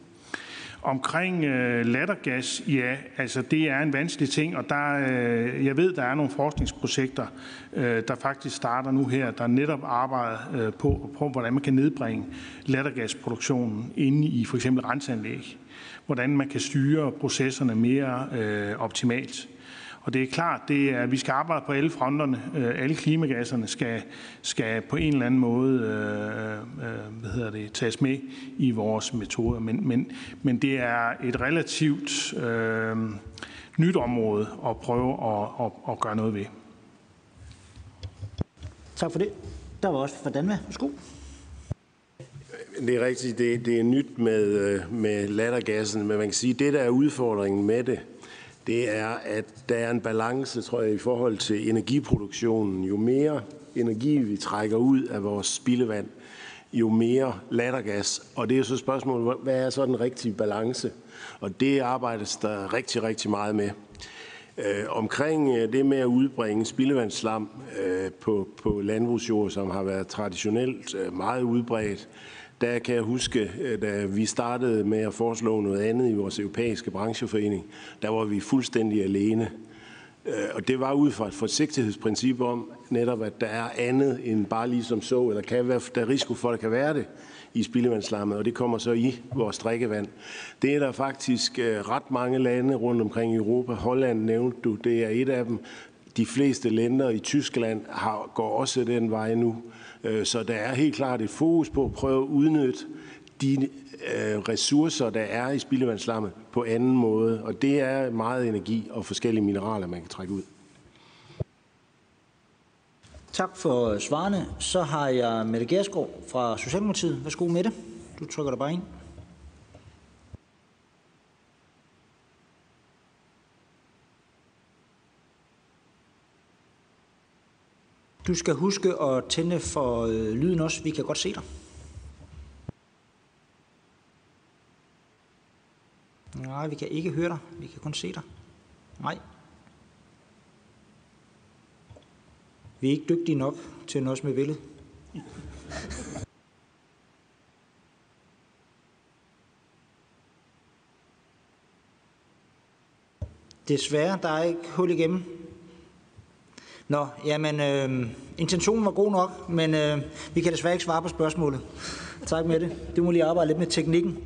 Omkring øh, lattergas, ja, altså det er en vanskelig ting, og der, øh, jeg ved, der er nogle forskningsprojekter, øh, der faktisk starter nu her, der netop arbejder øh, på, på, hvordan man kan nedbringe lattergasproduktionen inde i for eksempel renseanlæg. Hvordan man kan styre processerne mere øh, optimalt. Og det er klart, det er, at vi skal arbejde på alle fronterne. Alle klimagasserne skal, skal på en eller anden måde øh, hvad hedder det, tages med i vores metoder. Men, men, men det er et relativt øh, nyt område at prøve at, at, at gøre noget ved. Tak for det. Der var også fra Danmark. Værsgo. Det er rigtigt, det, det er nyt med, med lattergassen, men man kan sige, at det, der er udfordringen med det, det er, at der er en balance, tror jeg, i forhold til energiproduktionen. Jo mere energi vi trækker ud af vores spildevand, jo mere lattergas. Og det er så spørgsmålet, hvad er så den rigtige balance? Og det arbejdes der rigtig, rigtig meget med. Øh, omkring det med at udbringe spildevandsslam øh, på, på landbrugsjord, som har været traditionelt øh, meget udbredt, der kan jeg huske, da vi startede med at foreslå noget andet i vores europæiske brancheforening, der var vi fuldstændig alene. Og det var ud fra et forsigtighedsprincip om netop, at der er andet end bare ligesom så, eller kan være, der er risiko for, at der kan være det i spildevandsslammet, og det kommer så i vores drikkevand. Det er der faktisk ret mange lande rundt omkring i Europa. Holland nævnte du, det er et af dem. De fleste lænder i Tyskland har, går også den vej nu. Så der er helt klart et fokus på at prøve at udnytte de ressourcer, der er i spildevandsslammet på anden måde. Og det er meget energi og forskellige mineraler, man kan trække ud. Tak for svarene. Så har jeg Mette Gjerskov fra Socialdemokratiet. Værsgo, Mette. Du trykker dig bare ind. Du skal huske at tænde for øh, lyden også. Vi kan godt se dig. Nej, vi kan ikke høre dig. Vi kan kun se dig. Nej. Vi er ikke dygtige nok til at nøjes med billedet. Desværre, der er ikke hul igennem. Nå, jamen, øh, intentionen var god nok, men øh, vi kan desværre ikke svare på spørgsmålet. Tak med det. Du må lige arbejde lidt med teknikken.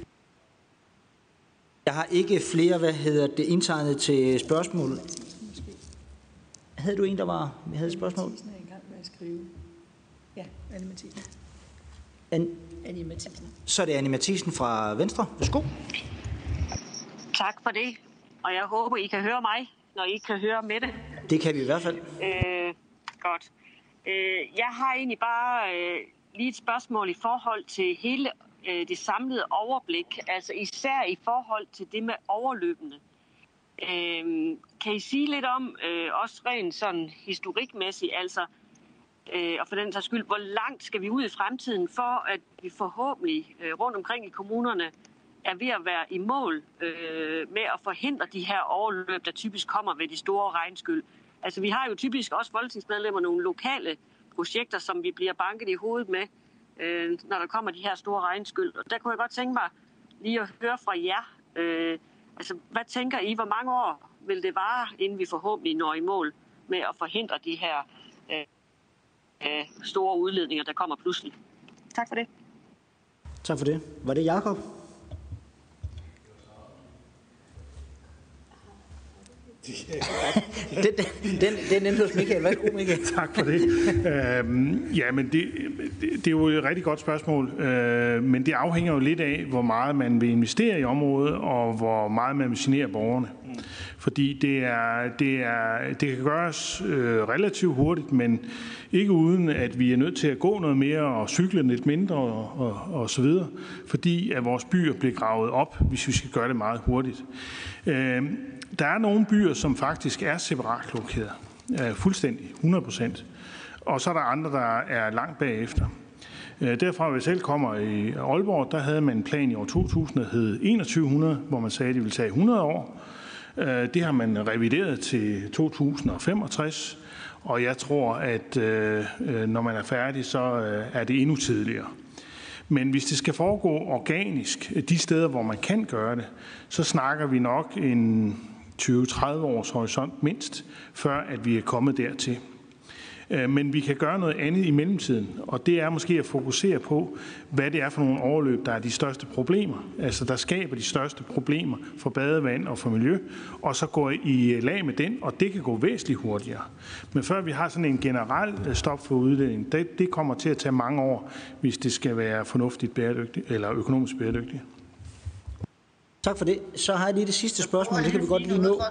Jeg har ikke flere, hvad hedder det, indtegnet til spørgsmålet. Havde du en, der var, vi havde et spørgsmål? Annie Mathisen er i gang med at skrive. Ja, Annie Mathisen. An Annie Mathisen. Så er det Annie Mathisen fra Venstre. Værsgo. Tak for det, og jeg håber, I kan høre mig, når I kan høre Mette. Det kan vi i hvert fald. Øh, godt. Øh, jeg har egentlig bare øh, lige et spørgsmål i forhold til hele øh, det samlede overblik, altså især i forhold til det med overløbende. Øh, kan I sige lidt om, øh, også rent sådan historikmæssigt, altså, øh, og for den sags skyld, hvor langt skal vi ud i fremtiden, for at vi forhåbentlig øh, rundt omkring i kommunerne er ved at være i mål øh, med at forhindre de her overløb, der typisk kommer ved de store regnskyld. Altså, vi har jo typisk også folketingsmedlemmer nogle lokale projekter, som vi bliver banket i hovedet med, øh, når der kommer de her store regnskyld. Og der kunne jeg godt tænke mig lige at høre fra jer. Øh, altså, hvad tænker I, hvor mange år vil det vare, inden vi forhåbentlig når i mål med at forhindre de her øh, øh, store udledninger, der kommer pludselig? Tak for det. Tak for det. Var det Jakob? den, den, den endte hos Michael. Værsgo, Michael. Tak for det. Øhm, ja, men det, det, det er jo et rigtig godt spørgsmål, øh, men det afhænger jo lidt af, hvor meget man vil investere i området, og hvor meget man vil genere borgerne. Fordi det, er, det, er, det kan gøres øh, relativt hurtigt, men ikke uden, at vi er nødt til at gå noget mere og cykle lidt mindre og, og, og så videre, fordi at vores byer bliver gravet op, hvis vi skal gøre det meget hurtigt. Øh, Der er nogle byer, som faktisk er separat lokeret, fuldstændig, hundrede procent. Og så er der andre, der er langt bagefter. Derfra, hvor jeg selv kommer i Aalborg, der havde man en plan i år to tusind, der hed enogtyve hundrede, hvor man sagde, at det ville tage hundrede år. Det har man revideret til to tusind og femogtres, og jeg tror, at når man er færdig, så er det endnu tidligere. Men hvis det skal foregå organisk, de steder, hvor man kan gøre det, så snakker vi nok en tyve til tredive års horisont mindst, før at vi er kommet dertil. Men vi kan gøre noget andet i mellemtiden, og det er måske at fokusere på, hvad det er for nogle overløb, der er de største problemer. Altså, der skaber de største problemer for badevand og for miljø, og så gå i lag med den, og det kan gå væsentligt hurtigere. Men før vi har sådan en generel stop for udledning, det, det kommer til at tage mange år, hvis det skal være fornuftigt bæredygtigt eller økonomisk bæredygtigt. Tak for det. Så har jeg lige det sidste spørgsmål, det kan vi godt lige nå.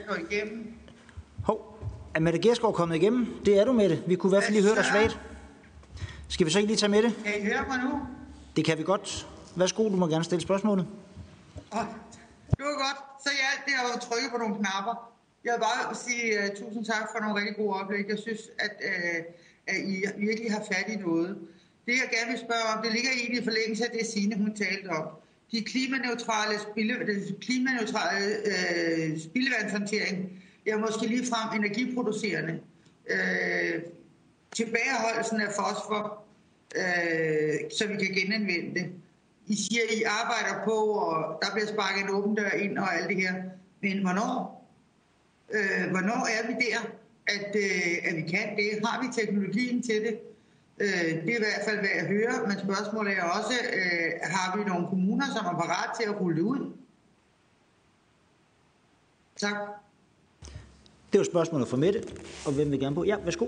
Hov, er Mette Gjerskov kommet igennem? Det er du, Mette. Vi kunne i hvert fald lige høre dig svagt. Skal vi så ikke lige tage med det? Kan I høre mig nu? Det kan vi godt. Værsgo, du må gerne stille spørgsmålet. Oh, det var godt. Så hjalp det at trykke på nogle knapper. Jeg vil bare sige uh, tusind tak for nogle rigtig gode oplæg. Jeg synes, at, uh, at I virkelig har fat i noget. Det, jeg gerne vil spørge om, det ligger egentlig i forlængelse af det, Signe hun talte om. De klimaneutrale, spilde, klimaneutrale øh, spildevandshåndtering, ja, måske lige frem energiproducerende. Øh, tilbageholdelsen af fosfor, øh, så vi kan genanvende det. I siger, I arbejder på, og der bliver sparket en åben dør ind og alt det her. Men hvornår? Øh, hvornår er vi der, at, øh, at vi kan det? Har vi teknologien til det? Det er i hvert fald, hvad jeg hører, men spørgsmålet er også, øh, har vi nogle kommuner, som er parat til at rulle det ud? Tak. Det var spørgsmålet fra Mette, og hvem vil gerne på? Ja, værsgo.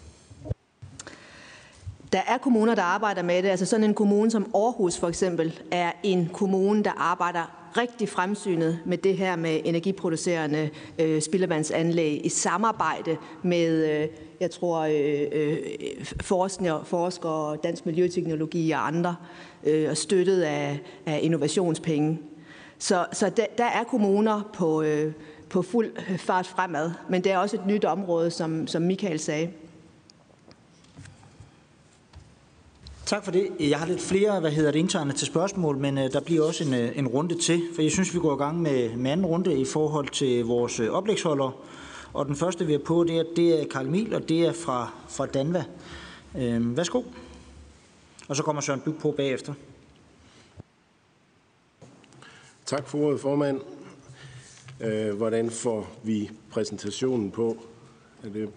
Der er kommuner, der arbejder med det. Altså sådan en kommune som Aarhus for eksempel, er en kommune, der arbejder rigtig fremsynet med det her med energiproducerende øh, spildevandsanlæg i samarbejde med, øh, jeg tror, øh, øh, forskere, forskere, dansk miljøteknologi og andre, øh, og støttet af, af innovationspenge. Så, så der, der er kommuner på, øh, på fuld fart fremad, men det er også et nyt område, som, som Michael sagde. Tak for det. Jeg har lidt flere, hvad hedder det, indtegnet til spørgsmål, men øh, der bliver også en, øh, en runde til, for jeg synes, vi går i gang med, med anden runde i forhold til vores øh, oplægsholdere. Og den første, vi er på, det er, det er Karl Emil, og det er fra, fra Danva. Øh, værsgo. Og så kommer Søren Byg på bagefter. Tak for ordet, formand. Øh, hvordan får vi præsentationen på? Er det...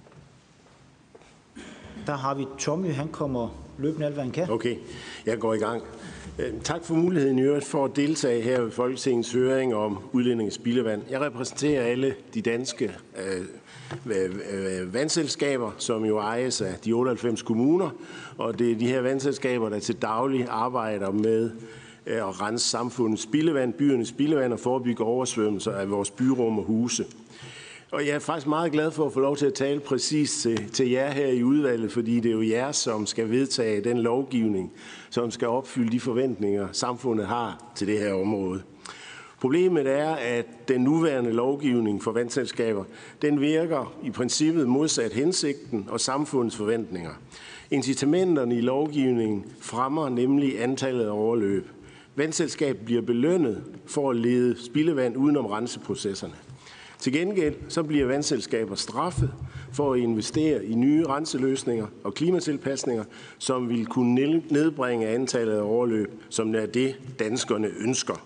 Der har vi Tommy, han kommer løbende alt, hvad han kan. Okay, jeg går i gang. Tak for muligheden i øvrigt for at deltage her ved Folketingets høring om udledning af spildevand. Jeg repræsenterer alle de danske øh, vandselskaber, som jo ejes af de otteoghalvfems kommuner, og det er de her vandselskaber, der til daglig arbejder med at rense samfundets spildevand, byernes spildevand og forebygge oversvømmelser af vores byrum og huse. Og jeg er faktisk meget glad for at få lov til at tale præcis til, til jer her i udvalget, fordi det er jo jer, som skal vedtage den lovgivning, som skal opfylde de forventninger, samfundet har til det her område. Problemet er, at den nuværende lovgivning for vandselskaber, den virker i princippet modsat hensigten og samfundets forventninger. Incitamenterne i lovgivningen fremmer nemlig antallet af overløb. Vandselskab bliver belønnet for at lede spildevand udenom renseprocesserne. Til gengæld så bliver vandselskaber straffet for at investere i nye renseløsninger og klimatilpasninger, som vil kunne nedbringe antallet af overløb, som er det, danskerne ønsker.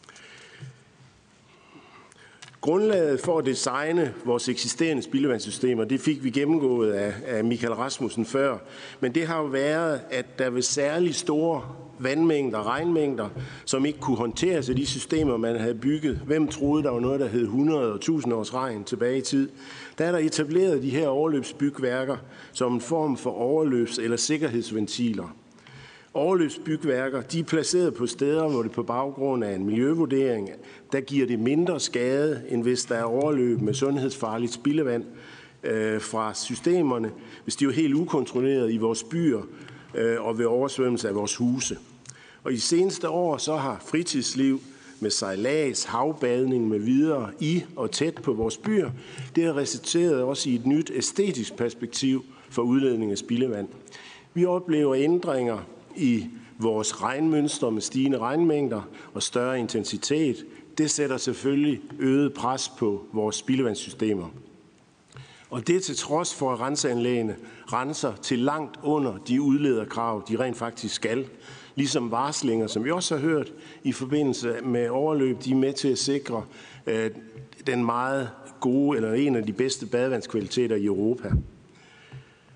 Grundlaget for at designe vores eksisterende spildevandssystemer, det fik vi gennemgået af, af Michael Rasmussen før, men det har jo været, at der ved særligt store vandmængder, regnmængder, som ikke kunne håndteres af de systemer, man havde bygget. Hvem troede, der var noget, der hed hundrede og tusind års regn tilbage i tid? Der er der etableret de her overløbsbygværker som en form for overløbs- eller sikkerhedsventiler. Overløbsbygværker, de er placeret på steder, hvor det på baggrund af en miljøvurdering, der giver det mindre skade, end hvis der er overløb med sundhedsfarligt spildevand øh, fra systemerne, hvis de er helt ukontrolleret i vores byer øh, og ved oversvømmelse af vores huse. Og i de seneste år så har fritidsliv med sejlads, havbadning med videre i og tæt på vores byer, det har resulteret også i et nyt æstetisk perspektiv for udledning af spildevand. Vi oplever ændringer i vores regnmønstre med stigende regnmængder og større intensitet. Det sætter selvfølgelig øget pres på vores spildevandssystemer. Og det til trods for, at renseanlæggene renser til langt under de udlederkrav, de rent faktisk skal. Ligesom varslinger, som vi også har hørt i forbindelse med overløb, de er med til at sikre øh, den meget gode, eller en af de bedste badevandskvaliteter i Europa.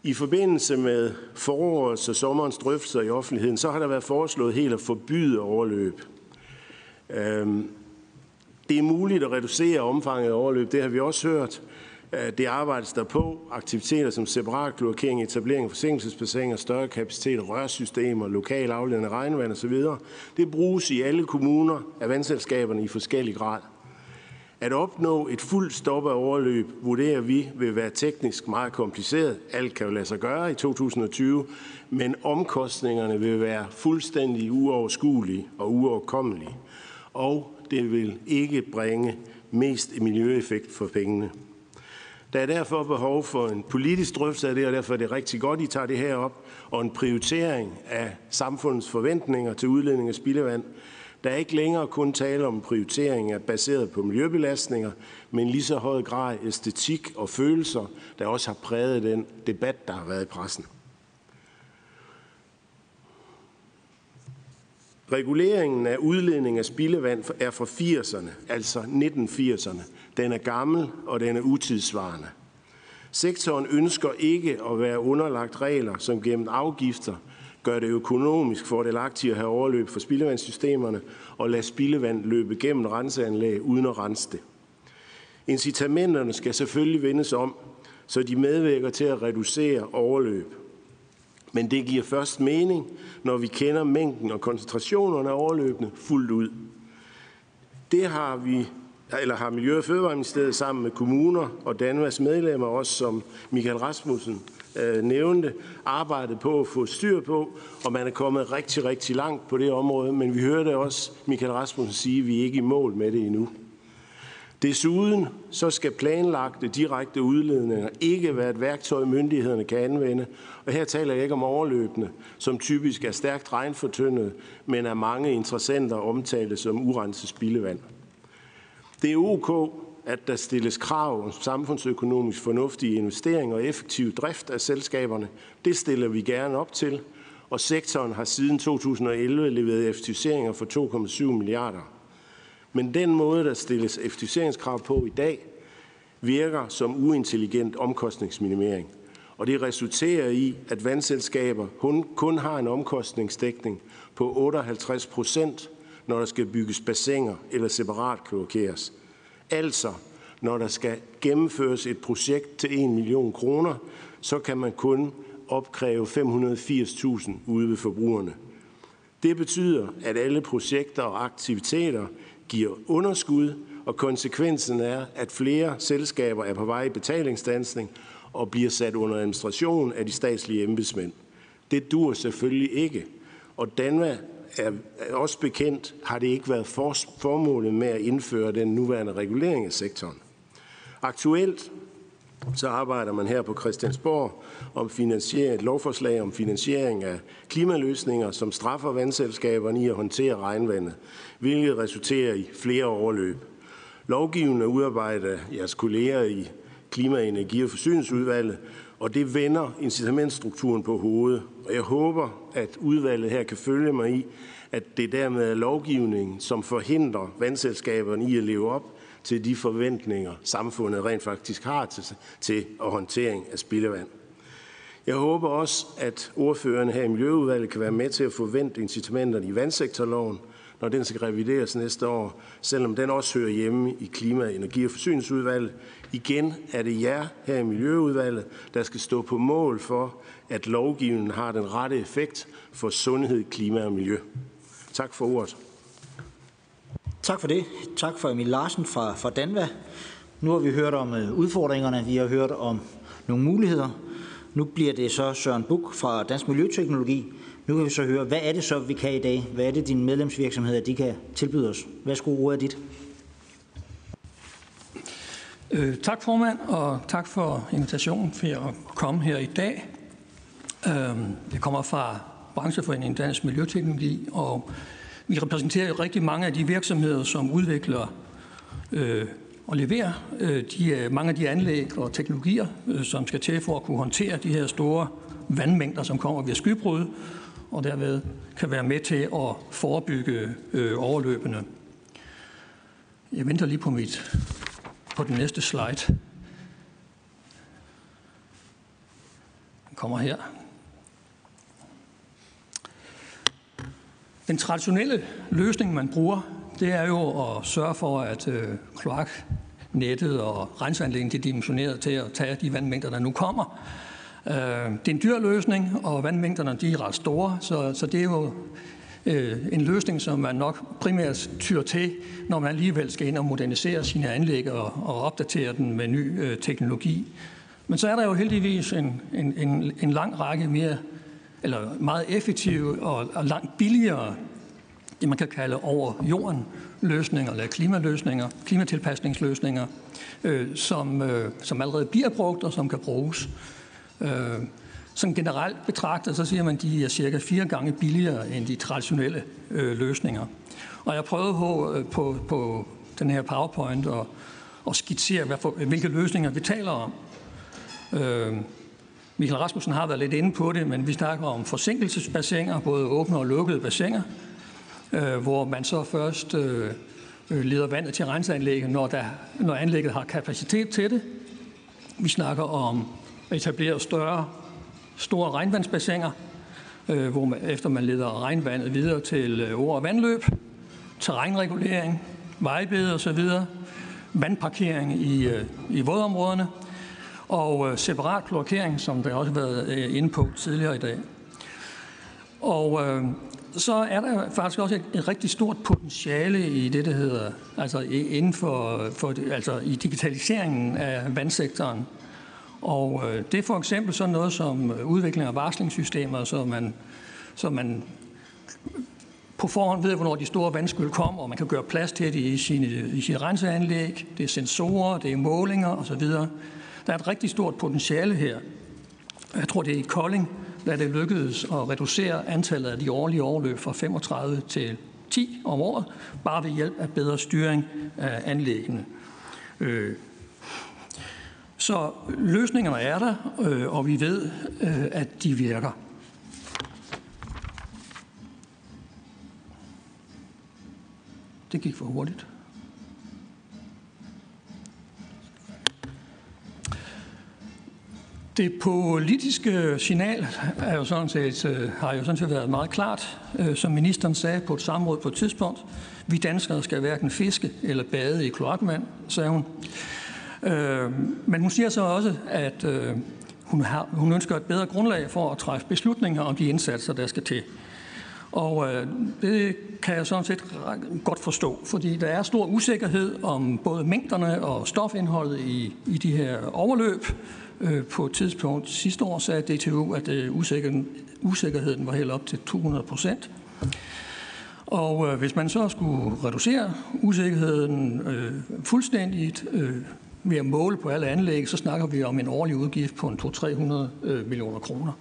I forbindelse med forårets og sommerens drøftelser i offentligheden, så har der været foreslået helt at forbyde overløb. Det er muligt at reducere omfanget af overløb, det har vi også hørt. Det arbejdes der på. Aktiviteter som separat kloakering, etablering af forsinkelsesbassiner, større kapacitet, rørsystemer, lokal afledende regnvand osv. Det bruges i alle kommuner af vandselskaberne i forskellig grad. At opnå et fuldt stop af overløb, vurderer vi, vil være teknisk meget kompliceret. Alt kan jo lade sig gøre i to tusind og tyve, men omkostningerne vil være fuldstændig uoverskuelige og uoverkommelige. Og det vil ikke bringe mest miljøeffekt for pengene. Der er derfor behov for en politisk drøftelse af det, og derfor er det rigtig godt, at I tager det her op, og en prioritering af samfundets forventninger til udledning af spildevand. Der er ikke længere kun tale om prioritering af baseret på miljøbelastninger, men lige så høj grad æstetik og følelser, der også har præget den debat, der har været i pressen. Reguleringen af udledning af spildevand er fra firserne, altså nitten firserne. Den er gammel, og den er utidssvarende. Sektoren ønsker ikke at være underlagt regler, som gennem afgifter gør det økonomisk fordelagtigt at have overløb for spildevandssystemerne og lade spildevand løbe gennem renseanlæg uden at rense det. Incitamenterne skal selvfølgelig vendes om, så de medvirker til at reducere overløb. Men det giver først mening, når vi kender mængden og koncentrationerne af overløbene fuldt ud. Det har vi, eller har Miljø- og Fødevareministeriet sammen med kommuner og Danvas medlemmer, også som Michael Rasmussen øh, nævnte, arbejdet på at få styr på, og man er kommet rigtig, rigtig langt på det område, men vi hørte også Michael Rasmussen sige, at vi er ikke i mål med det endnu. Desuden så skal planlagte direkte udledninger ikke være et værktøj, myndighederne kan anvende. Og her taler jeg ikke om overløbende, som typisk er stærkt regnfortyndet, men af mange interessenter omtalt som urenset spildevand. Det er ok, at der stilles krav om samfundsøkonomisk fornuftige investeringer og effektiv drift af selskaberne. Det stiller vi gerne op til, og sektoren har siden to tusind og elleve leveret effektiviseringer for to komma syv milliarder. Men den måde, der stilles effektiviseringskrav på i dag, virker som uintelligent omkostningsminimering. Og det resulterer i, at vandselskaber kun har en omkostningsdækning på otteoghalvtreds procent, når der skal bygges bassiner eller separat kloakeres. Altså, når der skal gennemføres et projekt til en million kroner, så kan man kun opkræve fem hundrede og firs tusind ude ved forbrugerne. Det betyder, at alle projekter og aktiviteter giver underskud, og konsekvensen er, at flere selskaber er på vej i betalingsstandsning og bliver sat under administration af de statslige embedsmænd. Det dur selvfølgelig ikke, og Danva er også bekendt, har det ikke været formålet med at indføre den nuværende regulering af sektoren. Aktuelt så arbejder man her på Christiansborg om finansiering, et lovforslag om finansiering af klimaløsninger, som straffer vandselskaberne i at håndtere regnvandet, hvilket resulterer i flere overløb. Lovgivningen er udarbejdet af jeres kolleger i Klima-, Energi- og Forsyningsudvalget, og det vender incitamentstrukturen på hovedet. Og jeg håber, at udvalget her kan følge mig i, at det dermed er lovgivningen, som forhindrer vandselskaberne i at leve op til de forventninger, samfundet rent faktisk har til, til at håndtering af spildevand. Jeg håber også, at ordførerne her i Miljøudvalget kan være med til at forvente incitamenterne i vandsektorloven, når den skal revideres næste år, selvom den også hører hjemme i Klima-, Energi- og Forsyningsudvalget. Igen er det jer her i Miljøudvalget, der skal stå på mål for, at lovgivningen har den rette effekt for sundhed, klima og miljø. Tak for ordet. Tak for det. Tak for Emil Larsen fra, fra Danva. Nu har vi hørt om uh, udfordringerne, vi har hørt om nogle muligheder. Nu bliver det så Søren Buch fra Dansk Miljøteknologi. Nu kan vi så høre, hvad er det så, vi kan i dag? Hvad er det, dine medlemsvirksomheder de kan tilbyde os? Værsgo, ordet er dit. Øh, tak formand, og tak for invitationen for at komme her i dag. Øh, jeg kommer fra brancheforeningen Dansk Miljøteknologi, og vi repræsenterer rigtig mange af de virksomheder, som udvikler øh, og leverer øh, de, mange af de anlæg og teknologier, øh, som skal til for at kunne håndtere de her store vandmængder, som kommer via skybrud, og derved kan være med til at forebygge øh, overløbene. Jeg venter lige på mit på den næste slide. Den kommer her. Den traditionelle løsning, man bruger, det er jo at sørge for, at øh, kloaknettet og renseanlægget er dimensioneret til at tage de vandmængder, der nu kommer. Øh, det er en dyr løsning, og vandmængderne de er ret store, så, så det er jo øh, en løsning, som man nok primært tyr til, når man alligevel skal ind og modernisere sine anlæg og, og opdatere den med ny øh, teknologi. Men så er der jo heldigvis en, en, en, en lang række mere, eller meget effektive og, og langt billigere, det man kan kalde over jorden løsninger, eller klimaløsninger, klimatilpasningsløsninger, øh, som, øh, som allerede bliver brugt og som kan bruges. Øh, som generelt betragtet, så siger man, at de er cirka fire gange billigere end de traditionelle øh, løsninger. Og jeg prøvede på, øh, på, på den her PowerPoint at, at skitsere, hvad for, hvilke løsninger vi taler om. Øh, Michael Rasmussen har været lidt inde på det, men vi snakker om forsinkelsesbassiner, både åbne og lukkede bassiner, øh, hvor man så først øh, leder vandet til renseanlægget, når, der, når anlægget har kapacitet til det. Vi snakker om at etablere større, store regnvandsbassiner, øh, hvor man, efter man leder regnvandet videre til øh, åer og vandløb, terrænregulering, vejbede osv., vandparkering i, øh, i vådområderne, og separat kloakering, som der også har været inde på tidligere i dag. Og øh, så er der faktisk også et, et rigtig stort potentiale i det, der hedder, altså inden for, for altså i digitaliseringen af vandsektoren. Og øh, det er for eksempel sådan noget som udvikling af varslingssystemer, så man, så man på forhånd ved, hvornår de store vandskyld kommer, og man kan gøre plads til det i sine, i sine renseanlæg. Det er sensorer, det er målinger osv. Der er et rigtig stort potentiale her. Jeg tror, det er i Kolding, da det lykkedes at reducere antallet af de årlige overløb fra femogtredive til ti om året, bare ved hjælp af bedre styring af anlæggene. Så løsningerne er der, og vi ved, at de virker. Det gik for hurtigt. Det politiske signal er jo sådan set, har jo sådan set været meget klart, som ministeren sagde på et samråd på et tidspunkt. Vi danskere skal hverken fiske eller bade i kloakvand, sagde hun. Men hun siger så også, at hun, har, hun ønsker et bedre grundlag for at træffe beslutninger om de indsatser, der skal til. Og det kan jeg sådan set godt forstå, fordi der er stor usikkerhed om både mængderne og stofindholdet i, i de her overløb. På et tidspunkt sidste år sagde D T U, at usikkerheden var helt op til to hundrede procent. Og hvis man så skulle reducere usikkerheden øh, fuldstændigt øh, ved at måle på alle anlæg, så snakker vi om en årlig udgift på en to til tre hundrede millioner kroner.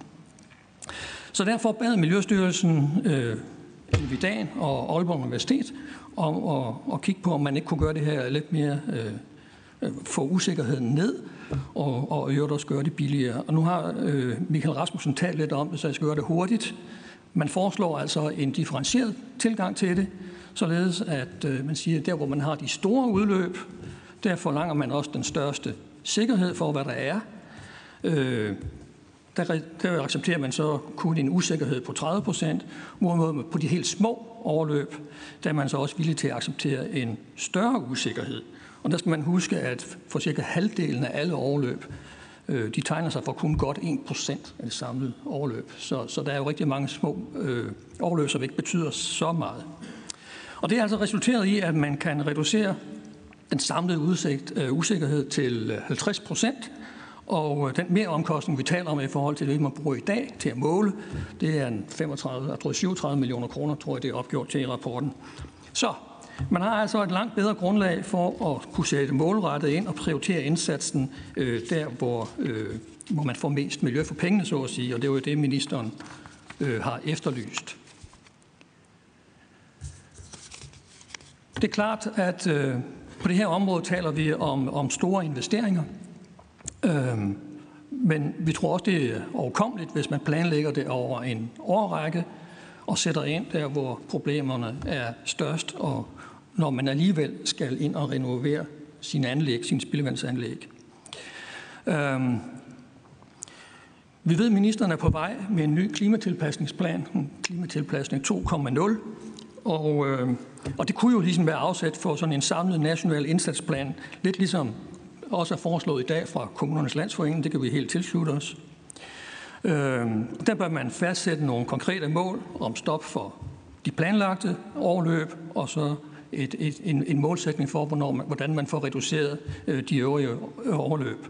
Så derfor bad Miljøstyrelsen øh, Envidan og Aalborg Universitet om at, at kigge på, om man ikke kunne gøre det her lidt mere, øh, få usikkerheden ned, og, og øvrigt også gøre det billigere. Og nu har øh, Michael Rasmussen talt lidt om det, så jeg skal gøre det hurtigt. Man foreslår altså en differentieret tilgang til det, således at øh, man siger, at der hvor man har de store udløb, der forlanger man også den største sikkerhed for, hvad der er. Øh, der, der accepterer man så kun en usikkerhed på tredive procent, hvorimod på de helt små overløb, der er man så også villig til at acceptere en større usikkerhed. Og der skal man huske, at for cirka halvdelen af alle overløb, øh, de tegner sig for kun godt en procent af det samlede overløb. Så, så der er jo rigtig mange små øh, overløb, som ikke betyder så meget. Og det er altså resulteret i, at man kan reducere den samlede udsigt, øh, usikkerhed til halvtreds procent, og den mere omkostning, vi taler om i forhold til det, man bruger i dag til at måle, det er en femogtredive, jeg tror syvogtredive millioner kroner, tror jeg, det er opgjort til i rapporten. Så man har altså et langt bedre grundlag for at kunne sætte målrettet ind og prioritere indsatsen øh, der, hvor, øh, hvor man får mest miljø for pengene, så at sige, og det er jo det, ministeren øh, har efterlyst. Det er klart, at øh, på det her område taler vi om, om store investeringer, øh, men vi tror også, det er overkommeligt, hvis man planlægger det over en årrække og sætter ind der, hvor problemerne er størst, og når man alligevel skal ind og renovere sine anlæg, sine spildevandsanlæg. Øhm, Vi ved, at ministeren er på vej med en ny klimatilpasningsplan, klimatilpasning to punkt nul, og, øh, og det kunne jo ligesom være afsæt for sådan en samlet national indsatsplan, lidt ligesom også er foreslået i dag fra Kommunernes Landsforening, det kan vi helt tilslutte os. Øh, der bør man fastsætte nogle konkrete mål om stop for de planlagte overløb, og så et, et, en, en målsætning for, hvornår man, hvordan man får reduceret øh, de øvrige overløb.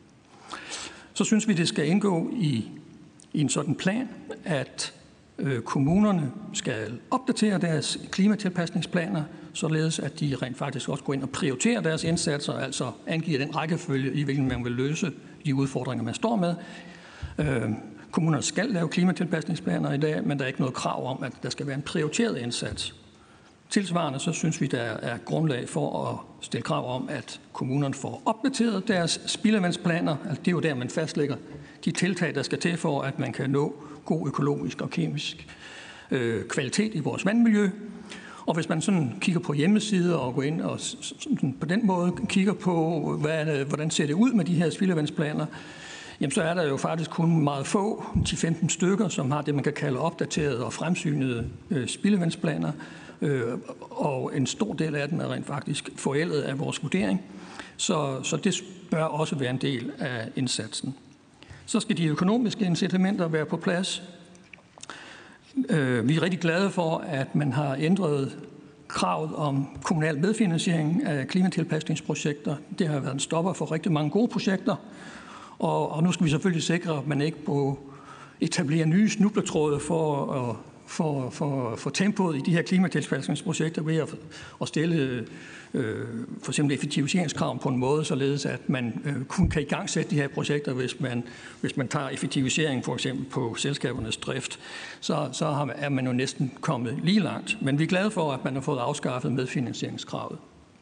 Så synes vi, det skal indgå i, i en sådan plan, at øh, kommunerne skal opdatere deres klimatilpasningsplaner, således at de rent faktisk også går ind og prioriterer deres indsatser, altså angiver den rækkefølge, i hvilken man vil løse de udfordringer, man står med. Øh, kommunerne skal lave klimatilpasningsplaner i dag, men der er ikke noget krav om, at der skal være en prioriteret indsats. Tilsvarende så synes vi, der er grundlag for at stille krav om, at kommunerne får opdateret deres spildevandsplaner. Altså, det er jo der, man fastlægger de tiltag, der skal til for, at man kan nå god økologisk og kemisk øh, kvalitet i vores vandmiljø. Og hvis man sådan kigger på hjemmesider og går ind og sådan på den måde kigger på, hvad, hvordan ser det ud med de her spildevandsplaner, jamen så er der jo faktisk kun meget få, ti til femten stykker, som har det, man kan kalde opdaterede og fremsynede øh, spildevandsplaner. Øh, og en stor del af dem er rent faktisk forældet af vores vurdering. Så, så det bør også være en del af indsatsen. Så skal de økonomiske incitamenter være på plads. Øh, vi er rigtig glade for, at man har ændret kravet om kommunal medfinansiering af klimatilpasningsprojekter. Det har været en stopper for rigtig mange gode projekter. Og, og nu skal vi selvfølgelig sikre, at man ikke må etablere nye snubletråde for at for, for, for tempoet i de her klimatilpasningsprojekter ved at, at stille øh, for eksempel effektiviseringskrav på en måde, således at man øh, kun kan igangsætte de her projekter, hvis man, hvis man tager effektivisering for eksempel på selskabernes drift. Så, så er man jo næsten kommet lige langt. Men vi er glade for, at man har fået afskaffet medfinansieringskravet.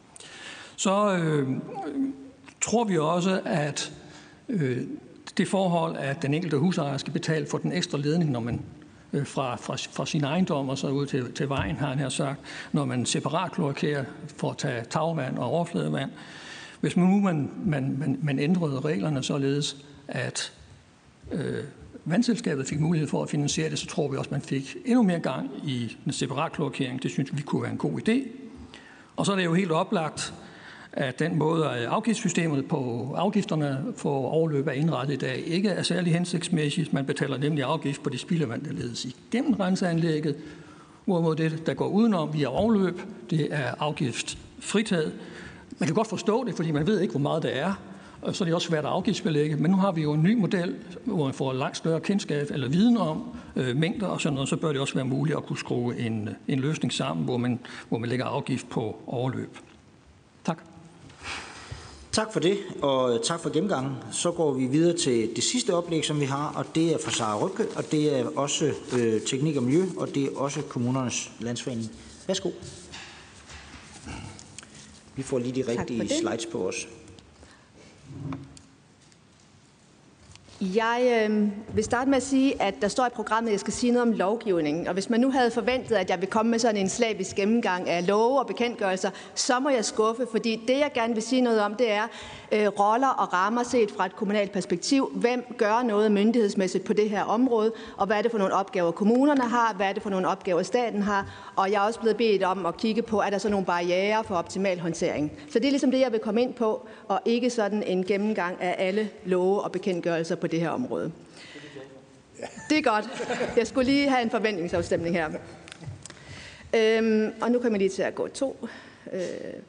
Så øh, tror vi også, at øh, det forhold, at den enkelte husejer skal betale for den ekstra ledning, når man Fra, fra, fra sin ejendom og så ud til, til vejen, har han her sagt, når man separat kloakerer for at tage tagvand og overfladevand. Hvis man nu man, man, man, man ændrede reglerne således, at øh, vandselskabet fik mulighed for at finansiere det, så tror vi også, at man fik endnu mere gang i den separat kloakering. Det synes vi kunne være en god idé. Og så er det jo helt oplagt, at den måde, at afgiftssystemet på afgifterne for overløb er indrettet i dag, ikke er særlig hensigtsmæssigt. Man betaler nemlig afgift på det spildevand, der ledes igennem renseanlægget, hvorimod det, der går udenom via overløb, det er afgiftsfritaget. Man kan godt forstå det, fordi man ved ikke, hvor meget det er, og så er det også svært at afgiftsbelægge. Men nu har vi jo en ny model, hvor man får langt større kendskab eller viden om øh, mængder og sådan noget, så bør det også være muligt at kunne skrue en, en løsning sammen, hvor man, hvor man lægger afgift på overløb. Tak. Tak for det, og tak for gennemgangen. Så går vi videre til det sidste oplæg, som vi har, og det er fra Sara Røbke, og det er også øh, teknik og miljø, og det er også Kommunernes Landsforening. Værsgo. Vi får lige de rigtige slides på os. Jeg øh, vil starte med at sige, at der står i programmet, at jeg skal sige noget om lovgivningen. Og hvis man nu havde forventet, at jeg ville komme med sådan en slavisk gennemgang af love og bekendtgørelser, så må jeg skuffe, fordi det, jeg gerne vil sige noget om, det er øh, roller og rammer set fra et kommunalt perspektiv. Hvem gør noget myndighedsmæssigt på det her område, og hvad er det for nogle opgaver, kommunerne har, hvad er det for nogle opgaver, staten har. Og jeg er også blevet bedt om at kigge på, er der så nogle barrierer for optimal håndtering. Så det er ligesom det, jeg vil komme ind på, og ikke sådan en gennemgang af alle love og bekendtgørelser på det her område. Det er godt. Jeg skulle lige have en forventningsafstemning her. Øhm, og nu kommer jeg lige til at gå to. Øh.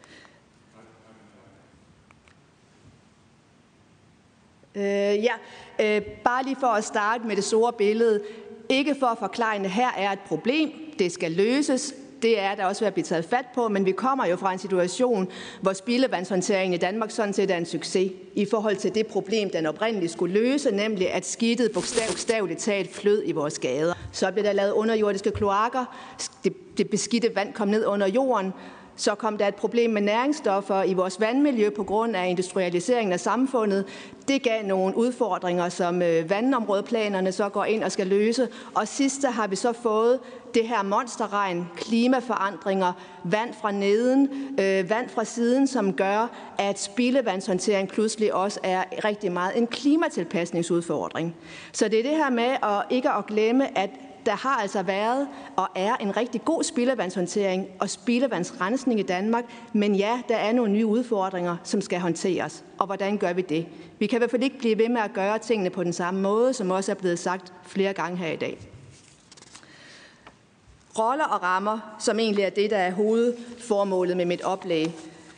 Øh, ja, øh, bare lige for at starte med det store billede. Ikke for at forklare, at her er et problem, det skal løses. Det er der også ved at blive taget fat på, men vi kommer jo fra en situation, hvor spildevandshåndteringen i Danmark sådan set er en succes i forhold til det problem, den oprindeligt skulle løse, nemlig at skidtet bogstaveligt talt flød i vores gader. Så blev der lavet underjordiske kloakker, det, det beskidte vand kom ned under jorden, Så kom der et problem med næringsstoffer i vores vandmiljø på grund af industrialiseringen af samfundet. Det gav nogle udfordringer, som vandområdeplanerne så går ind og skal løse. Og sidst har vi så fået det her monsterregn, klimaforandringer, vand fra neden, øh, vand fra siden, som gør, at spildevandshåndtering pludselig også er rigtig meget en klimatilpasningsudfordring. Så det er det her med at ikke at glemme, at der har altså været og er en rigtig god spildevandshåndtering og spildevandsrensning i Danmark, men ja, der er nogle nye udfordringer, som skal håndteres. Og hvordan gør vi det? Vi kan i hvert fald ikke blive ved med at gøre tingene på den samme måde, som også er blevet sagt flere gange her i dag. Roller og rammer, som egentlig er det, der er hovedformålet med mit oplæg.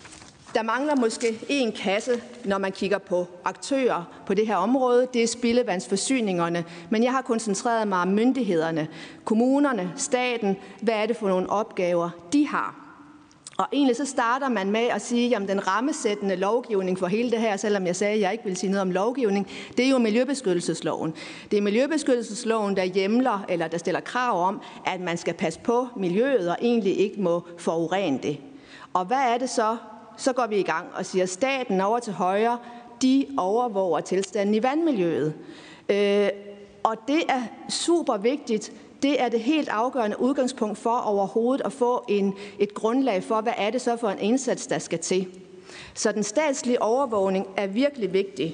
Der mangler måske en kasse, når man kigger på aktører på det her område. Det er spildevandsforsyningerne, men jeg har koncentreret mig om myndighederne, kommunerne, staten. Hvad er det for nogle opgaver, de har? Og egentlig så starter man med at sige, at den rammesættende lovgivning for hele det her, selvom jeg sagde, at jeg ikke vil sige noget om lovgivning, det er jo miljøbeskyttelsesloven. Det er miljøbeskyttelsesloven, der hjemler eller der stiller krav om, at man skal passe på miljøet og egentlig ikke må forurene det. Og hvad er det så? Så går vi i gang og siger, at staten over til højre, de overvåger tilstanden i vandmiljøet. Øh, og det er super vigtigt. Det er det helt afgørende udgangspunkt for overhovedet at få en, et grundlag for, hvad er det så for en indsats, der skal til. Så den statslige overvågning er virkelig vigtig.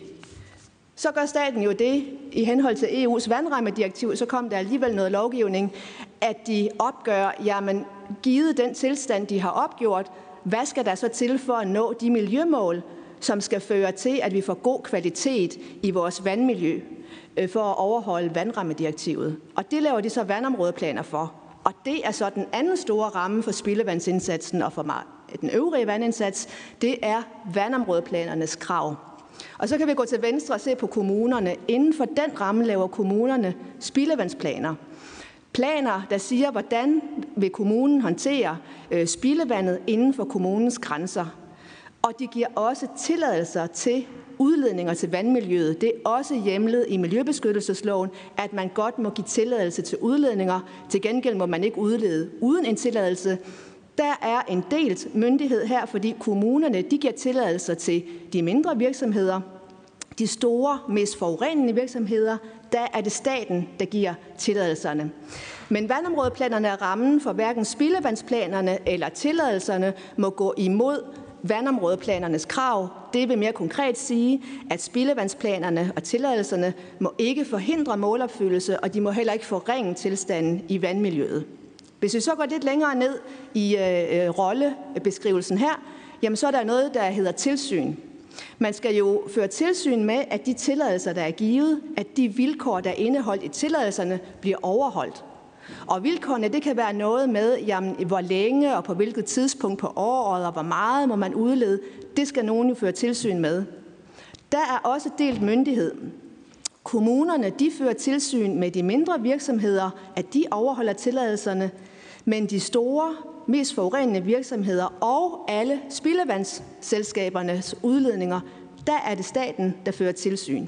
Så gør staten jo det i henhold til E U's vandrammedirektiv, så kom der alligevel noget lovgivning, at de opgør, jamen givet den tilstand, de har opgjort, hvad skal der så til for at nå de miljømål, som skal føre til, at vi får god kvalitet i vores vandmiljø for at overholde vandrammedirektivet. Og det laver de så vandområdeplaner for. Og det er så den anden store ramme for spildevandsindsatsen og for den øvrige vandindsats, det er vandområdeplanernes krav. Og så kan vi gå til venstre og se på kommunerne. Inden for den ramme laver kommunerne spildevandsplaner. Planer, der siger, hvordan vil kommunen håndtere øh, spildevandet inden for kommunens grænser. Og de giver også tilladelser til udledninger til vandmiljøet. Det er også hjemlet i miljøbeskyttelsesloven, at man godt må give tilladelse til udledninger. Til gengæld må man ikke udlede uden en tilladelse. Der er en delt myndighed her, fordi kommunerne de giver tilladelser til de mindre virksomheder. De store, mest forurenende virksomheder, der er det staten, der giver tilladelserne. Men vandområdeplanerne er rammen for hverken spildevandsplanerne eller tilladelserne må gå imod vandområdeplanernes krav. Det vil mere konkret sige, at spildevandsplanerne og tilladelserne må ikke forhindre målopfyldelse, og de må heller ikke forringe tilstanden i vandmiljøet. Hvis vi så går lidt længere ned i øh, rollebeskrivelsen her, jamen så er der noget, der hedder tilsyn. Man skal jo føre tilsyn med, at de tilladelser, der er givet, at de vilkår, der er indeholdt i tilladelserne, bliver overholdt. Og vilkårene, det kan være noget med, jamen, hvor længe og på hvilket tidspunkt på året, og hvor meget må man udlede. Det skal nogen jo føre tilsyn med. Der er også delt myndighed. Kommunerne, de fører tilsyn med de mindre virksomheder, at de overholder tilladelserne, men de store, mest forurenende virksomheder og alle spildevandsselskabernes udledninger, der er det staten, der fører tilsyn.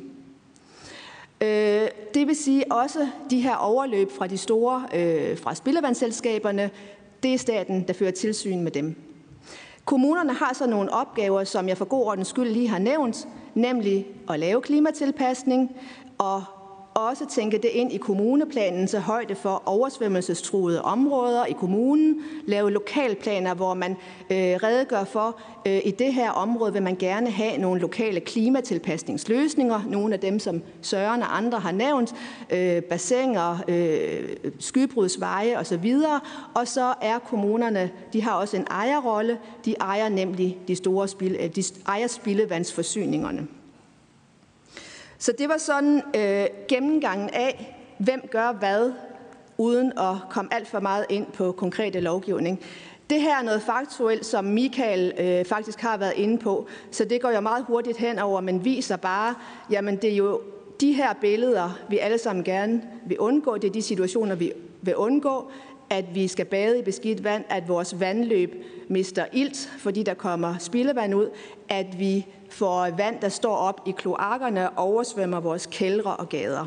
Det vil sige også de her overløb fra de store, fra spildevandsselskaberne, det er staten, der fører tilsyn med dem. Kommunerne har så nogle opgaver, som jeg for god ordens skyld lige har nævnt, nemlig at lave klimatilpasning og også tænke det ind i kommuneplanen, så højde for oversvømmelsestruede områder i kommunen, lave lokalplaner, hvor man øh, redegør for, øh, i det her område vil man gerne have nogle lokale klimatilpasningsløsninger, nogle af dem, som Søren og andre har nævnt, øh, bassiner, øh, skybrudsveje osv., og så er kommunerne, de har også en ejerrolle, de ejer nemlig de store spil, de ejer spildevandsforsyningerne. Så det var sådan øh, gennemgangen af, hvem gør hvad, uden at komme alt for meget ind på konkrete lovgivning. Det her er noget faktuelt, som Michael øh, faktisk har været inde på, så det går jo meget hurtigt henover, men viser bare, jamen det er jo de her billeder, vi alle sammen gerne vil undgå. Det er de situationer, vi vil undgå, at vi skal bade i beskidt vand, at vores vandløb mister ilt, fordi der kommer spildevand ud, at vi får vand, der står op i kloakkerne og oversvømmer vores kældre og gader.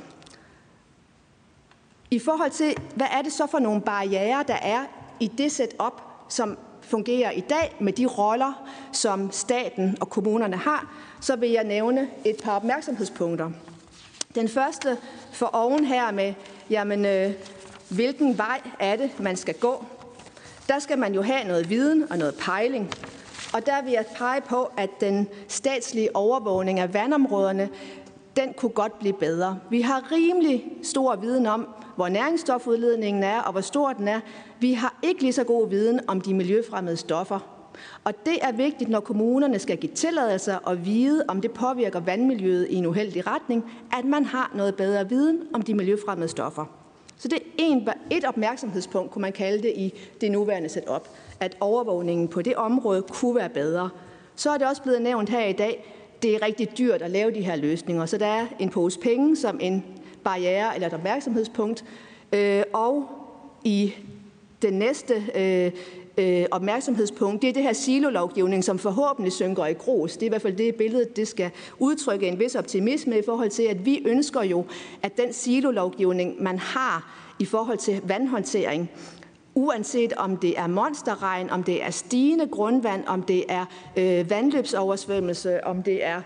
I forhold til, hvad er det så for nogle barrierer, der er i det setup, som fungerer i dag med de roller, som staten og kommunerne har, så vil jeg nævne et par opmærksomhedspunkter. Den første for oven her med, jamen, øh, hvilken vej er det, man skal gå? Der skal man jo have noget viden og noget pejling. Og der vil jeg pege på, at den statslige overvågning af vandområderne, den kunne godt blive bedre. Vi har rimelig stor viden om, hvor næringsstofudledningen er og hvor stor den er. Vi har ikke lige så god viden om de miljøfremmede stoffer. Og det er vigtigt, når kommunerne skal give tilladelser og vide, om det påvirker vandmiljøet i en uheldig retning, at man har noget bedre viden om de miljøfremmede stoffer. Så det er en, et opmærksomhedspunkt, kunne man kalde det, i det nuværende setup, at overvågningen på det område kunne være bedre. Så er det også blevet nævnt her i dag, det er rigtig dyrt at lave de her løsninger, så der er en pose penge som en barriere eller et opmærksomhedspunkt. Øh, og i den næste øh, øh, opmærksomhedspunkt, det er det her silolovgivning, som forhåbentlig synker i grus. Det er i hvert fald det billede, det skal udtrykke en vis optimisme i forhold til, at vi ønsker jo, at den silolovgivning, man har i forhold til vandhåndtering, uanset om det er monsterregn, om det er stigende grundvand, om det er øh, vandløbsoversvømmelse, om det er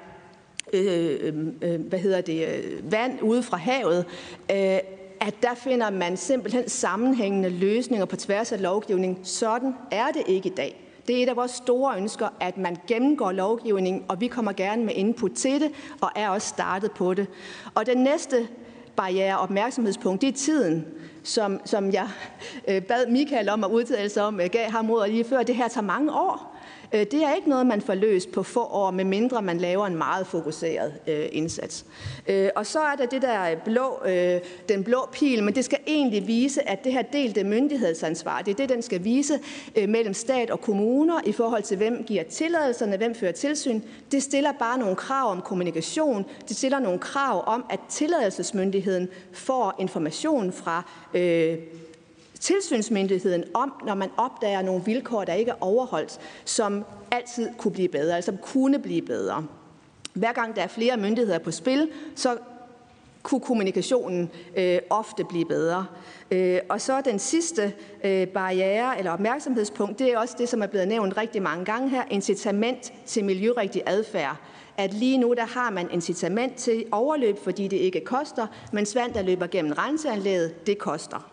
øh, øh, hvad hedder det, øh, vand ude fra havet, øh, at der finder man simpelthen sammenhængende løsninger på tværs af lovgivning. Sådan er det ikke i dag. Det er et af vores store ønsker, at man gennemgår lovgivningen, og vi kommer gerne med input til det, og er også startet på det. Og den næste barriere opmærksomhedspunkt, det er tiden, som, som jeg øh, bad Michael om at udtale sig om, jeg gav ham ordet lige før. Det her tager mange år. Det er ikke noget, man får løst på få år, medmindre man laver en meget fokuseret øh, indsats. Øh, og så er der det der blå, øh, den blå pil, men det skal egentlig vise, at det her delte myndighedsansvar, det er det, den skal vise øh, mellem stat og kommuner i forhold til, hvem giver tilladelserne, hvem fører tilsyn. Det stiller bare nogle krav om kommunikation. Det stiller nogle krav om, at tilladelsesmyndigheden får information fra øh, tilsynsmyndigheden om, når man opdager nogle vilkår, der ikke er overholdt, som altid kunne blive bedre, altså kunne blive bedre. Hver gang der er flere myndigheder på spil, så kunne kommunikationen øh, ofte blive bedre. Øh, og så den sidste øh, barriere eller opmærksomhedspunkt, det er også det, som er blevet nævnt rigtig mange gange her, incitament til miljørigtig adfærd. At lige nu, der har man incitament til overløb, fordi det ikke koster, mens vand, der løber gennem renseanlægget, det koster.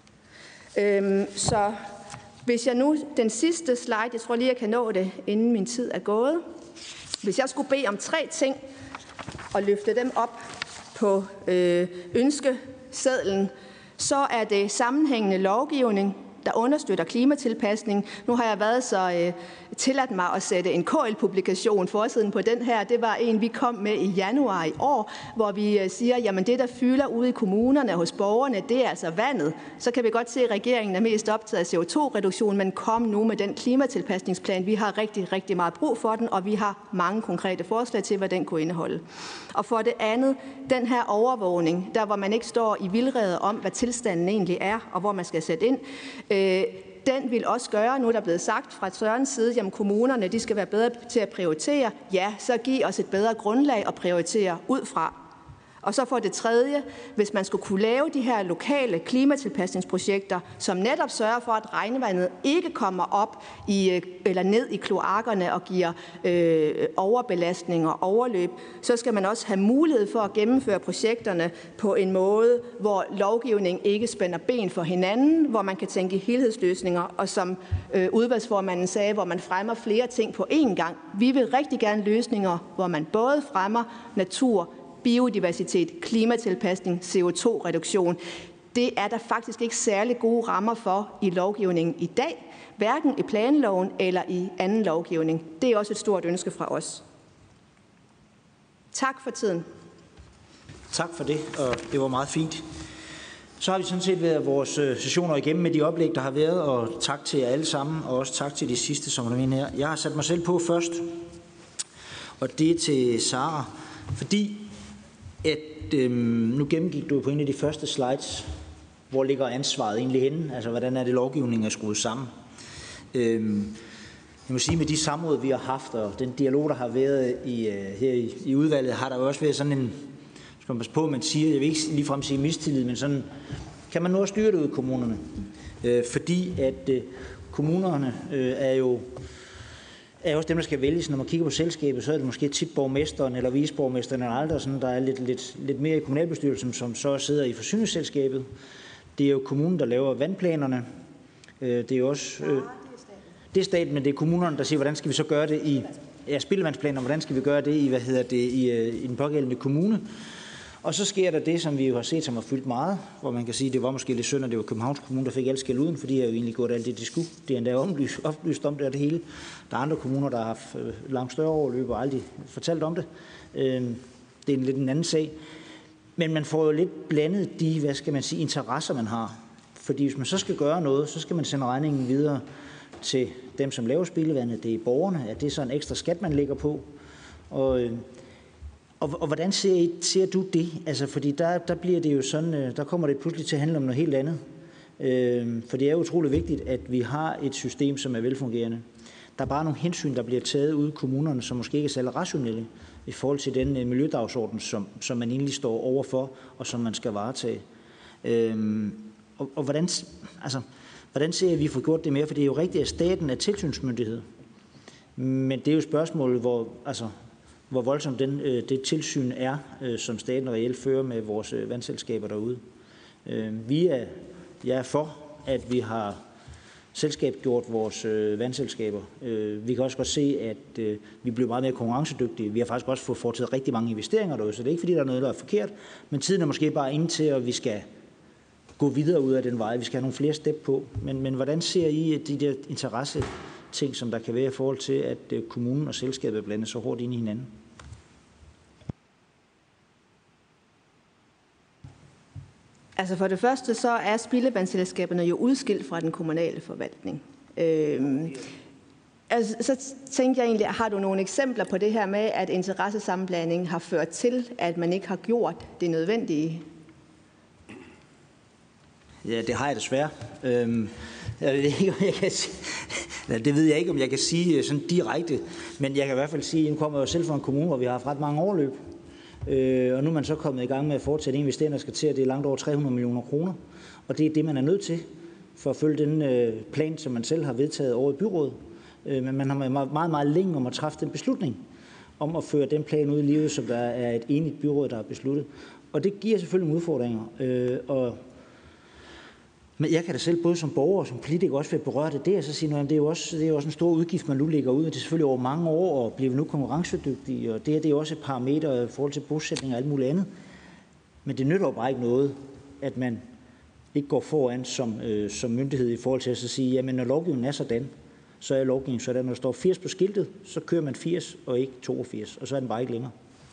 Øhm, så hvis jeg nu, den sidste slide, jeg tror lige, jeg kan nå det, inden min tid er gået. Hvis jeg skulle bede om tre ting og løfte dem op på øh, ønskesedlen, så er det sammenhængende lovgivning, der understøtter klimatilpasning. Nu har jeg været så øh, tilladt mig at sætte en K L-publikation forsiden på den her. Det var en, vi kom med i januar i år, hvor vi øh, siger, jamen det, der fylder ude i kommunerne hos borgerne, det er altså vandet. Så kan vi godt se, at regeringen er mest optaget af C O to reduktion, men kom nu med den klimatilpasningsplan. Vi har rigtig, rigtig meget brug for den, og vi har mange konkrete forslag til, hvad den kunne indeholde. Og for det andet, den her overvågning, der hvor man ikke står i vildrede om, hvad tilstanden egentlig er, og hvor man skal sætte ind, øh, den vil også gøre, nu er der blevet sagt fra Sørens side, jamen kommunerne de skal være bedre til at prioritere. Ja, så giv os et bedre grundlag at prioritere ud fra. Og så for det tredje, hvis man skulle kunne lave de her lokale klimatilpasningsprojekter, som netop sørger for, at regnvandet ikke kommer op i, eller ned i kloakkerne og giver øh, overbelastning og overløb, så skal man også have mulighed for at gennemføre projekterne på en måde, hvor lovgivning ikke spænder ben for hinanden, hvor man kan tænke i helhedsløsninger, og som øh, udvalgsformanden sagde, hvor man fremmer flere ting på én gang. Vi vil rigtig gerne løsninger, hvor man både fremmer natur, biodiversitet, klimatilpasning, C O to reduktion. Det er der faktisk ikke særlig gode rammer for i lovgivningen i dag, hverken i planloven eller i anden lovgivning. Det er også et stort ønske fra os. Tak for tiden. Tak for det, og det var meget fint. Så har vi sådan set været vores sessioner igennem med de oplæg, der har været, og tak til jer alle sammen, og også tak til de sidste, som er med her. Jeg har sat mig selv på først, og det er til Sara, fordi at øhm, nu gennemgik du på en af de første slides, hvor ligger ansvaret egentlig henne, altså hvordan er det lovgivningen er skruet sammen. Øhm, jeg må sige, med de samråd, vi har haft, og den dialog, der har været i, uh, her i, i udvalget, har der jo også været sådan en, skal man passe på, man siger, jeg vil ikke ligefrem sige mistillid, men sådan, kan man nå at styre det ud i kommunerne? Øh, fordi at uh, kommunerne øh, er jo er også dem, der skal vælges. Når man kigger på selskabet, så er det måske tit borgmesteren eller viceborgmesteren eller andre, sådan, der er lidt, lidt, lidt mere i kommunalbestyrelsen, som så sidder i forsyningsselskabet. Det er jo kommunen, der laver vandplanerne. Det er jo også øh, det er staten, men det er kommunerne, der siger, hvordan skal vi så gøre det i ja, spildevandsplaner, hvordan skal vi gøre det i, hvad hedder det, i, i den pågældende kommune. Og så sker der det, som vi jo har set, som har fyldt meget, hvor man kan sige, det var måske lidt synd, at det var Københavns Kommune, der fik alt skæld uden, for de har jo egentlig gjort alt det, de skulle. Det er endda oplyst, oplyst om det og det hele. Der er andre kommuner, der har haft langt større overløb og aldrig fortalt om det. Det er en lidt en anden sag. Men man får jo lidt blandet de, hvad skal man sige, interesser, man har. Fordi hvis man så skal gøre noget, så skal man sende regningen videre til dem, som laver spildevandet. Det er borgerne, at det er så en ekstra skat, man lægger på. Og, og, og hvordan ser, I, ser du det? Altså, fordi der, der bliver det jo sådan, der kommer det pludselig til at handle om noget helt andet. Øh, for det er utrolig vigtigt, at vi har et system, som er velfungerende. Der er bare nogle hensyn, der bliver taget ude i kommunerne, som måske ikke er særlig rationelle i forhold til den miljødagsorden, som, som man egentlig står overfor, og som man skal varetage. Øh, og, og hvordan, altså, hvordan ser I, at vi får gjort det mere? For det er jo rigtigt, at staten er tilsynsmyndighed. Men det er jo spørgsmålet, hvor, altså, hvor voldsomt den, det tilsyn er, som staten reelt fører med vores vandselskaber derude. Vi er, jeg er for, at vi har selskabsgjort vores vandselskaber. Vi kan også godt se, at vi bliver meget mere konkurrencedygtige. Vi har faktisk også fået foretaget rigtig mange investeringer derude, så det er ikke fordi, der er noget, der er forkert. Men tiden er måske bare inde til, at vi skal gå videre ud af den vej. Vi skal have nogle flere step på. Men, men hvordan ser I de der interesse ting, som der kan være i forhold til, at kommunen og selskabet blander så hårdt ind i hinanden? Altså for det første, så er spildevandsselskaberne jo udskilt fra den kommunale forvaltning. Øhm, altså, så tænker jeg egentlig, har du nogle eksempler på det her med, at interessesammenblanding har ført til, at man ikke har gjort det nødvendige? Ja, det har jeg desværre. Øhm, jeg ved ikke, om jeg kan sige, det ved jeg ikke, om jeg kan sige sådan direkte, men jeg kan i hvert fald sige, at jeg kommer jo selv fra en kommune, hvor vi har haft ret mange overløb. Øh, og nu er man så kommet i gang med at fortsætte investeringer, der skal til, at det er langt over tre hundrede millioner kroner. Og det er det, man er nødt til for at følge den øh, plan, som man selv har vedtaget over i byrådet. Øh, men man har meget, meget, meget længe om at træffe den beslutning om at føre den plan ud i livet, som der er et enigt byråd, der har besluttet. Og det giver selvfølgelig nogle udfordringer. Øh, og Men jeg kan da selv både som borger og som politiker også være berørt af det, og så sige, at det er jo også, det er jo også en stor udgift, man nu lægger ud, og det er selvfølgelig over mange år, og bliver vi nu konkurrencedygtige, og det, det er jo også et parameter i forhold til bosætning og alt muligt andet. Men det nytter jo bare ikke noget, at man ikke går foran som, øh, som myndighed i forhold til at sige, jamen når lovgivningen er sådan, så er lovgivningen sådan, når der står firs på skiltet, så kører man firs og ikke toogfirs, og så er den bare ikke længere.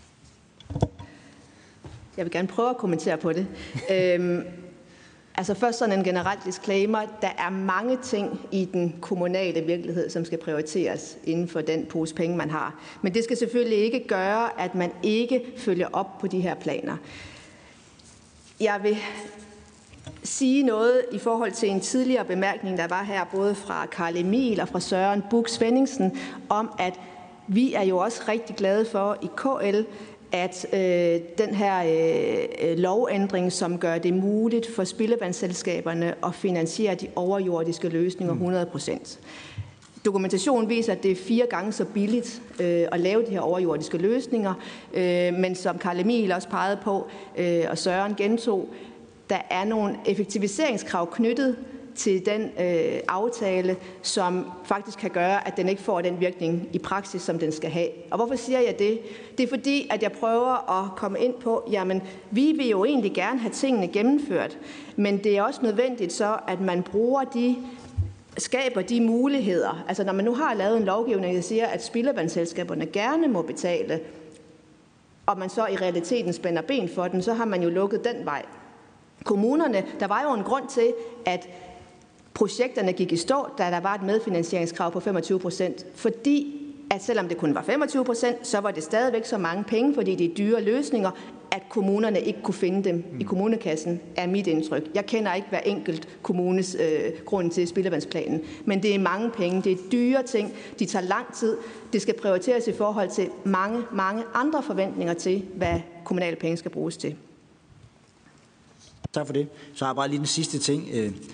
Jeg vil gerne prøve at kommentere på det. øhm Altså først sådan en generel disclaimer. Der er mange ting i den kommunale virkelighed, som skal prioriteres inden for den pose penge, man har. Men det skal selvfølgelig ikke gøre, at man ikke følger op på de her planer. Jeg vil sige noget i forhold til en tidligere bemærkning, der var her, både fra Karl Emil og fra Søren Buch Svenningsen, om at vi er jo også rigtig glade for i K L, at øh, den her øh, lovændring, som gør det muligt for spildevandsselskaberne at finansiere de overjordiske løsninger hundrede procent. Dokumentationen viser, at det er fire gange så billigt øh, at lave de her overjordiske løsninger, øh, men som Karl Emil også pegede på, øh, og Søren gentog, der er nogle effektiviseringskrav knyttet til den øh, aftale, som faktisk kan gøre, at den ikke får den virkning i praksis, som den skal have. Og hvorfor siger jeg det? Det er fordi, at jeg prøver at komme ind på, jamen, vi vil jo egentlig gerne have tingene gennemført, men det er også nødvendigt så, at man bruger de, skaber de muligheder. Altså når man nu har lavet en lovgivning, der siger, at spildevandsselskaberne gerne må betale, og man så i realiteten spænder ben for den, så har man jo lukket den vej. Kommunerne, der var jo en grund til, at projekterne gik i stå, da der var et medfinansieringskrav på femogtyve procent, fordi at selvom det kun var femogtyve procent, så var det stadigvæk så mange penge, fordi det er dyre løsninger, at kommunerne ikke kunne finde dem i kommunekassen, er mit indtryk. Jeg kender ikke hver enkelt kommunes øh, grund til spildevandsplanen, men det er mange penge, det er dyre ting, de tager lang tid, det skal prioriteres i forhold til mange, mange andre forventninger til, hvad kommunale penge skal bruges til. Tak for det. Så har jeg bare lige den sidste ting.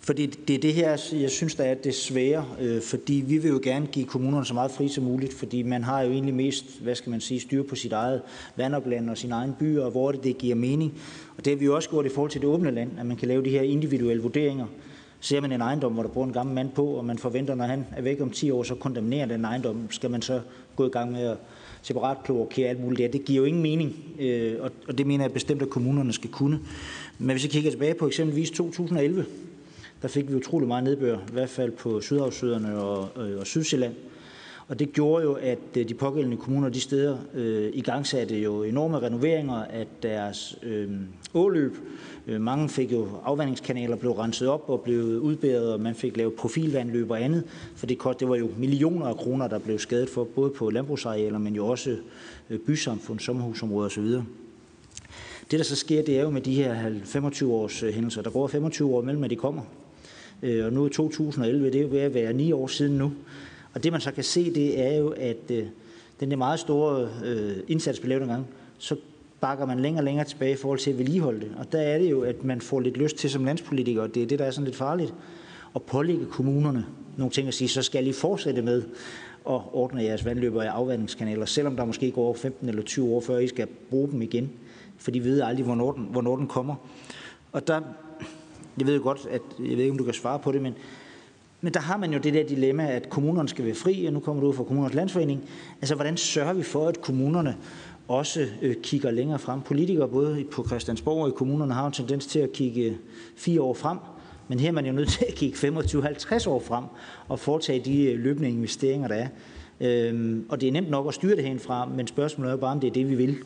Fordi det er det her, jeg synes, der er det svære, øh, fordi vi vil jo gerne give kommunerne så meget fri som muligt, fordi man har jo egentlig mest, hvad skal man sige, styr på sit eget vandopland og sin egen byer, og hvor det, det giver mening. Og det har vi jo også gjort i forhold til det åbne land, at man kan lave de her individuelle vurderinger. Ser man en ejendom, hvor der bor en gammel mand på, og man forventer, når han er væk om ti år, så kondemnerer den ejendom, skal man så gå i gang med at separat kloakere alt muligt der. Det giver jo ingen mening, øh, og, og det mener jeg bestemt, at kommunerne skal kunne. Men hvis jeg kigger tilbage på eksempelvis to tusind og elleve, der fik vi utrolig meget nedbør, i hvert fald på Sydhavsøerne og, og, og Sydsjælland. Og det gjorde jo, at de pågældende kommuner de steder øh, igangsatte jo enorme renoveringer af deres øh, åløb. Øh, mange fik jo afvandingskanaler, blev renset op og blev udbedret, og man fik lavet profilvandløb og andet. For det, det var jo millioner af kroner, der blev skadet for, både på landbrugsarealer, men jo også øh, bysamfund, sommerhusområder osv. Det, der så sker, det er jo med de her femogtyve års hændelser. Der går femogtyve år mellem, at de kommer. Øh, og nu er to tusind og elleve, det er jo ved at være ni år siden nu. Og det man så kan se, det er jo, at øh, den der meget store øh, indsats på lavet en gang, så bakker man længere og længere tilbage i forhold til at vedligeholde det. Og der er det jo, at man får lidt lyst til som landspolitiker, og det er det, der er sådan lidt farligt, at pålægge kommunerne nogle ting at sige, så skal I fortsætte med at ordne jeres vandløber og afvandingskanaler, selvom der måske går femten eller tyve år, før I skal bruge dem igen. For de ved aldrig, hvornår den, hvornår den kommer. Og der, jeg ved jo godt, at jeg ved ikke, om du kan svare på det, men Men der har man jo det der dilemma, at kommunerne skal være fri, og nu kommer du ud fra Kommunernes Landsforening. Altså, hvordan sørger vi for, at kommunerne også øh, kigger længere frem? Politikere, både på Christiansborg og i kommunerne, har en tendens til at kigge fire år frem, men her er man jo nødt til at kigge femogtyve til halvtreds år frem og foretage de løbende investeringer, der er. Øhm, og det er nemt nok at styre det herindfra, men spørgsmålet er jo bare, om det er det, vi vil.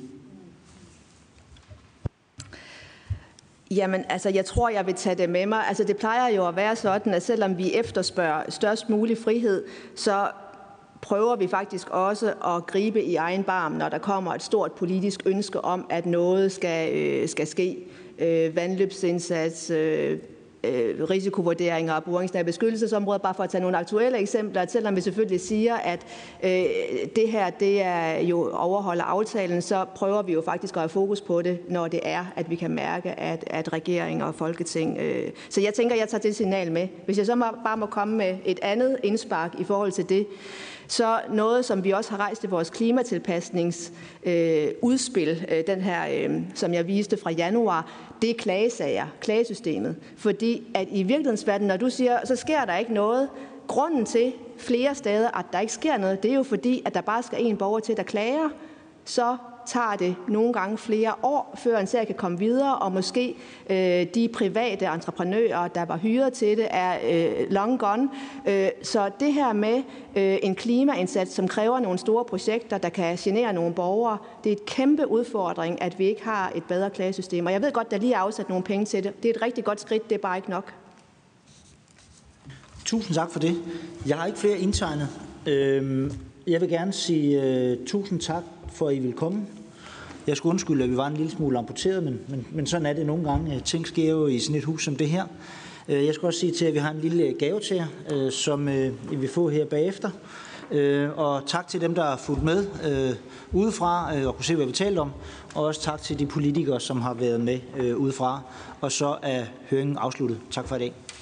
Jamen, altså, jeg tror, jeg vil tage det med mig. Altså, det plejer jo at være sådan, at selvom vi efterspørger størst mulig frihed, så prøver vi faktisk også at gribe i egen barm, når der kommer et stort politisk ønske om, at noget skal, øh, skal ske. Øh, vandløbsindsats, øh, risikovurderinger og boringsnære beskyttelsesområder, bare for at tage nogle aktuelle eksempler, at selvom vi selvfølgelig siger, at øh, det her det er jo overholder aftalen, så prøver vi jo faktisk at have fokus på det, når det er, at vi kan mærke, at, at regering og folketing. Øh, så jeg tænker, jeg tager det signal med. Hvis jeg så må, bare må komme med et andet indspark i forhold til det, så noget, som vi også har rejst i vores klimatilpasningsudspil, øh, øh, den her, øh, som jeg viste fra januar, det er klagesager, klagesystemet. Fordi at i virkelighedens verden, når du siger, så sker der ikke noget. Grunden til flere steder, at der ikke sker noget, det er jo fordi, at der bare skal en borger til, der klager. Så tager det nogle gange flere år, før en sag kan komme videre, og måske øh, de private entreprenører, der var hyret til det, er øh, long gone. Øh, så det her med øh, en klimaindsats, som kræver nogle store projekter, der kan genere nogle borgere, det er et kæmpe udfordring, at vi ikke har et bedre klagesystem. Og jeg ved godt, der lige er afsat nogle penge til det. Det er et rigtig godt skridt, det er bare ikke nok. Tusind tak for det. Jeg har ikke flere indtegnet. Jeg vil gerne sige uh, tusind tak for, at I vil komme. Jeg skulle undskylde, at vi var en lille smule amputeret, men, men, men sådan er det nogle gange. Ting sker jo i sådan et hus som det her. Jeg skal også sige til, at vi har en lille gave til jer, uh, som uh, I vil få her bagefter. Uh, og tak til dem, der har fulgt med uh, udefra uh, og kunne se, hvad vi talte om. Og også tak til de politikere, som har været med uh, udefra. Og så er høringen afsluttet. Tak for i dag.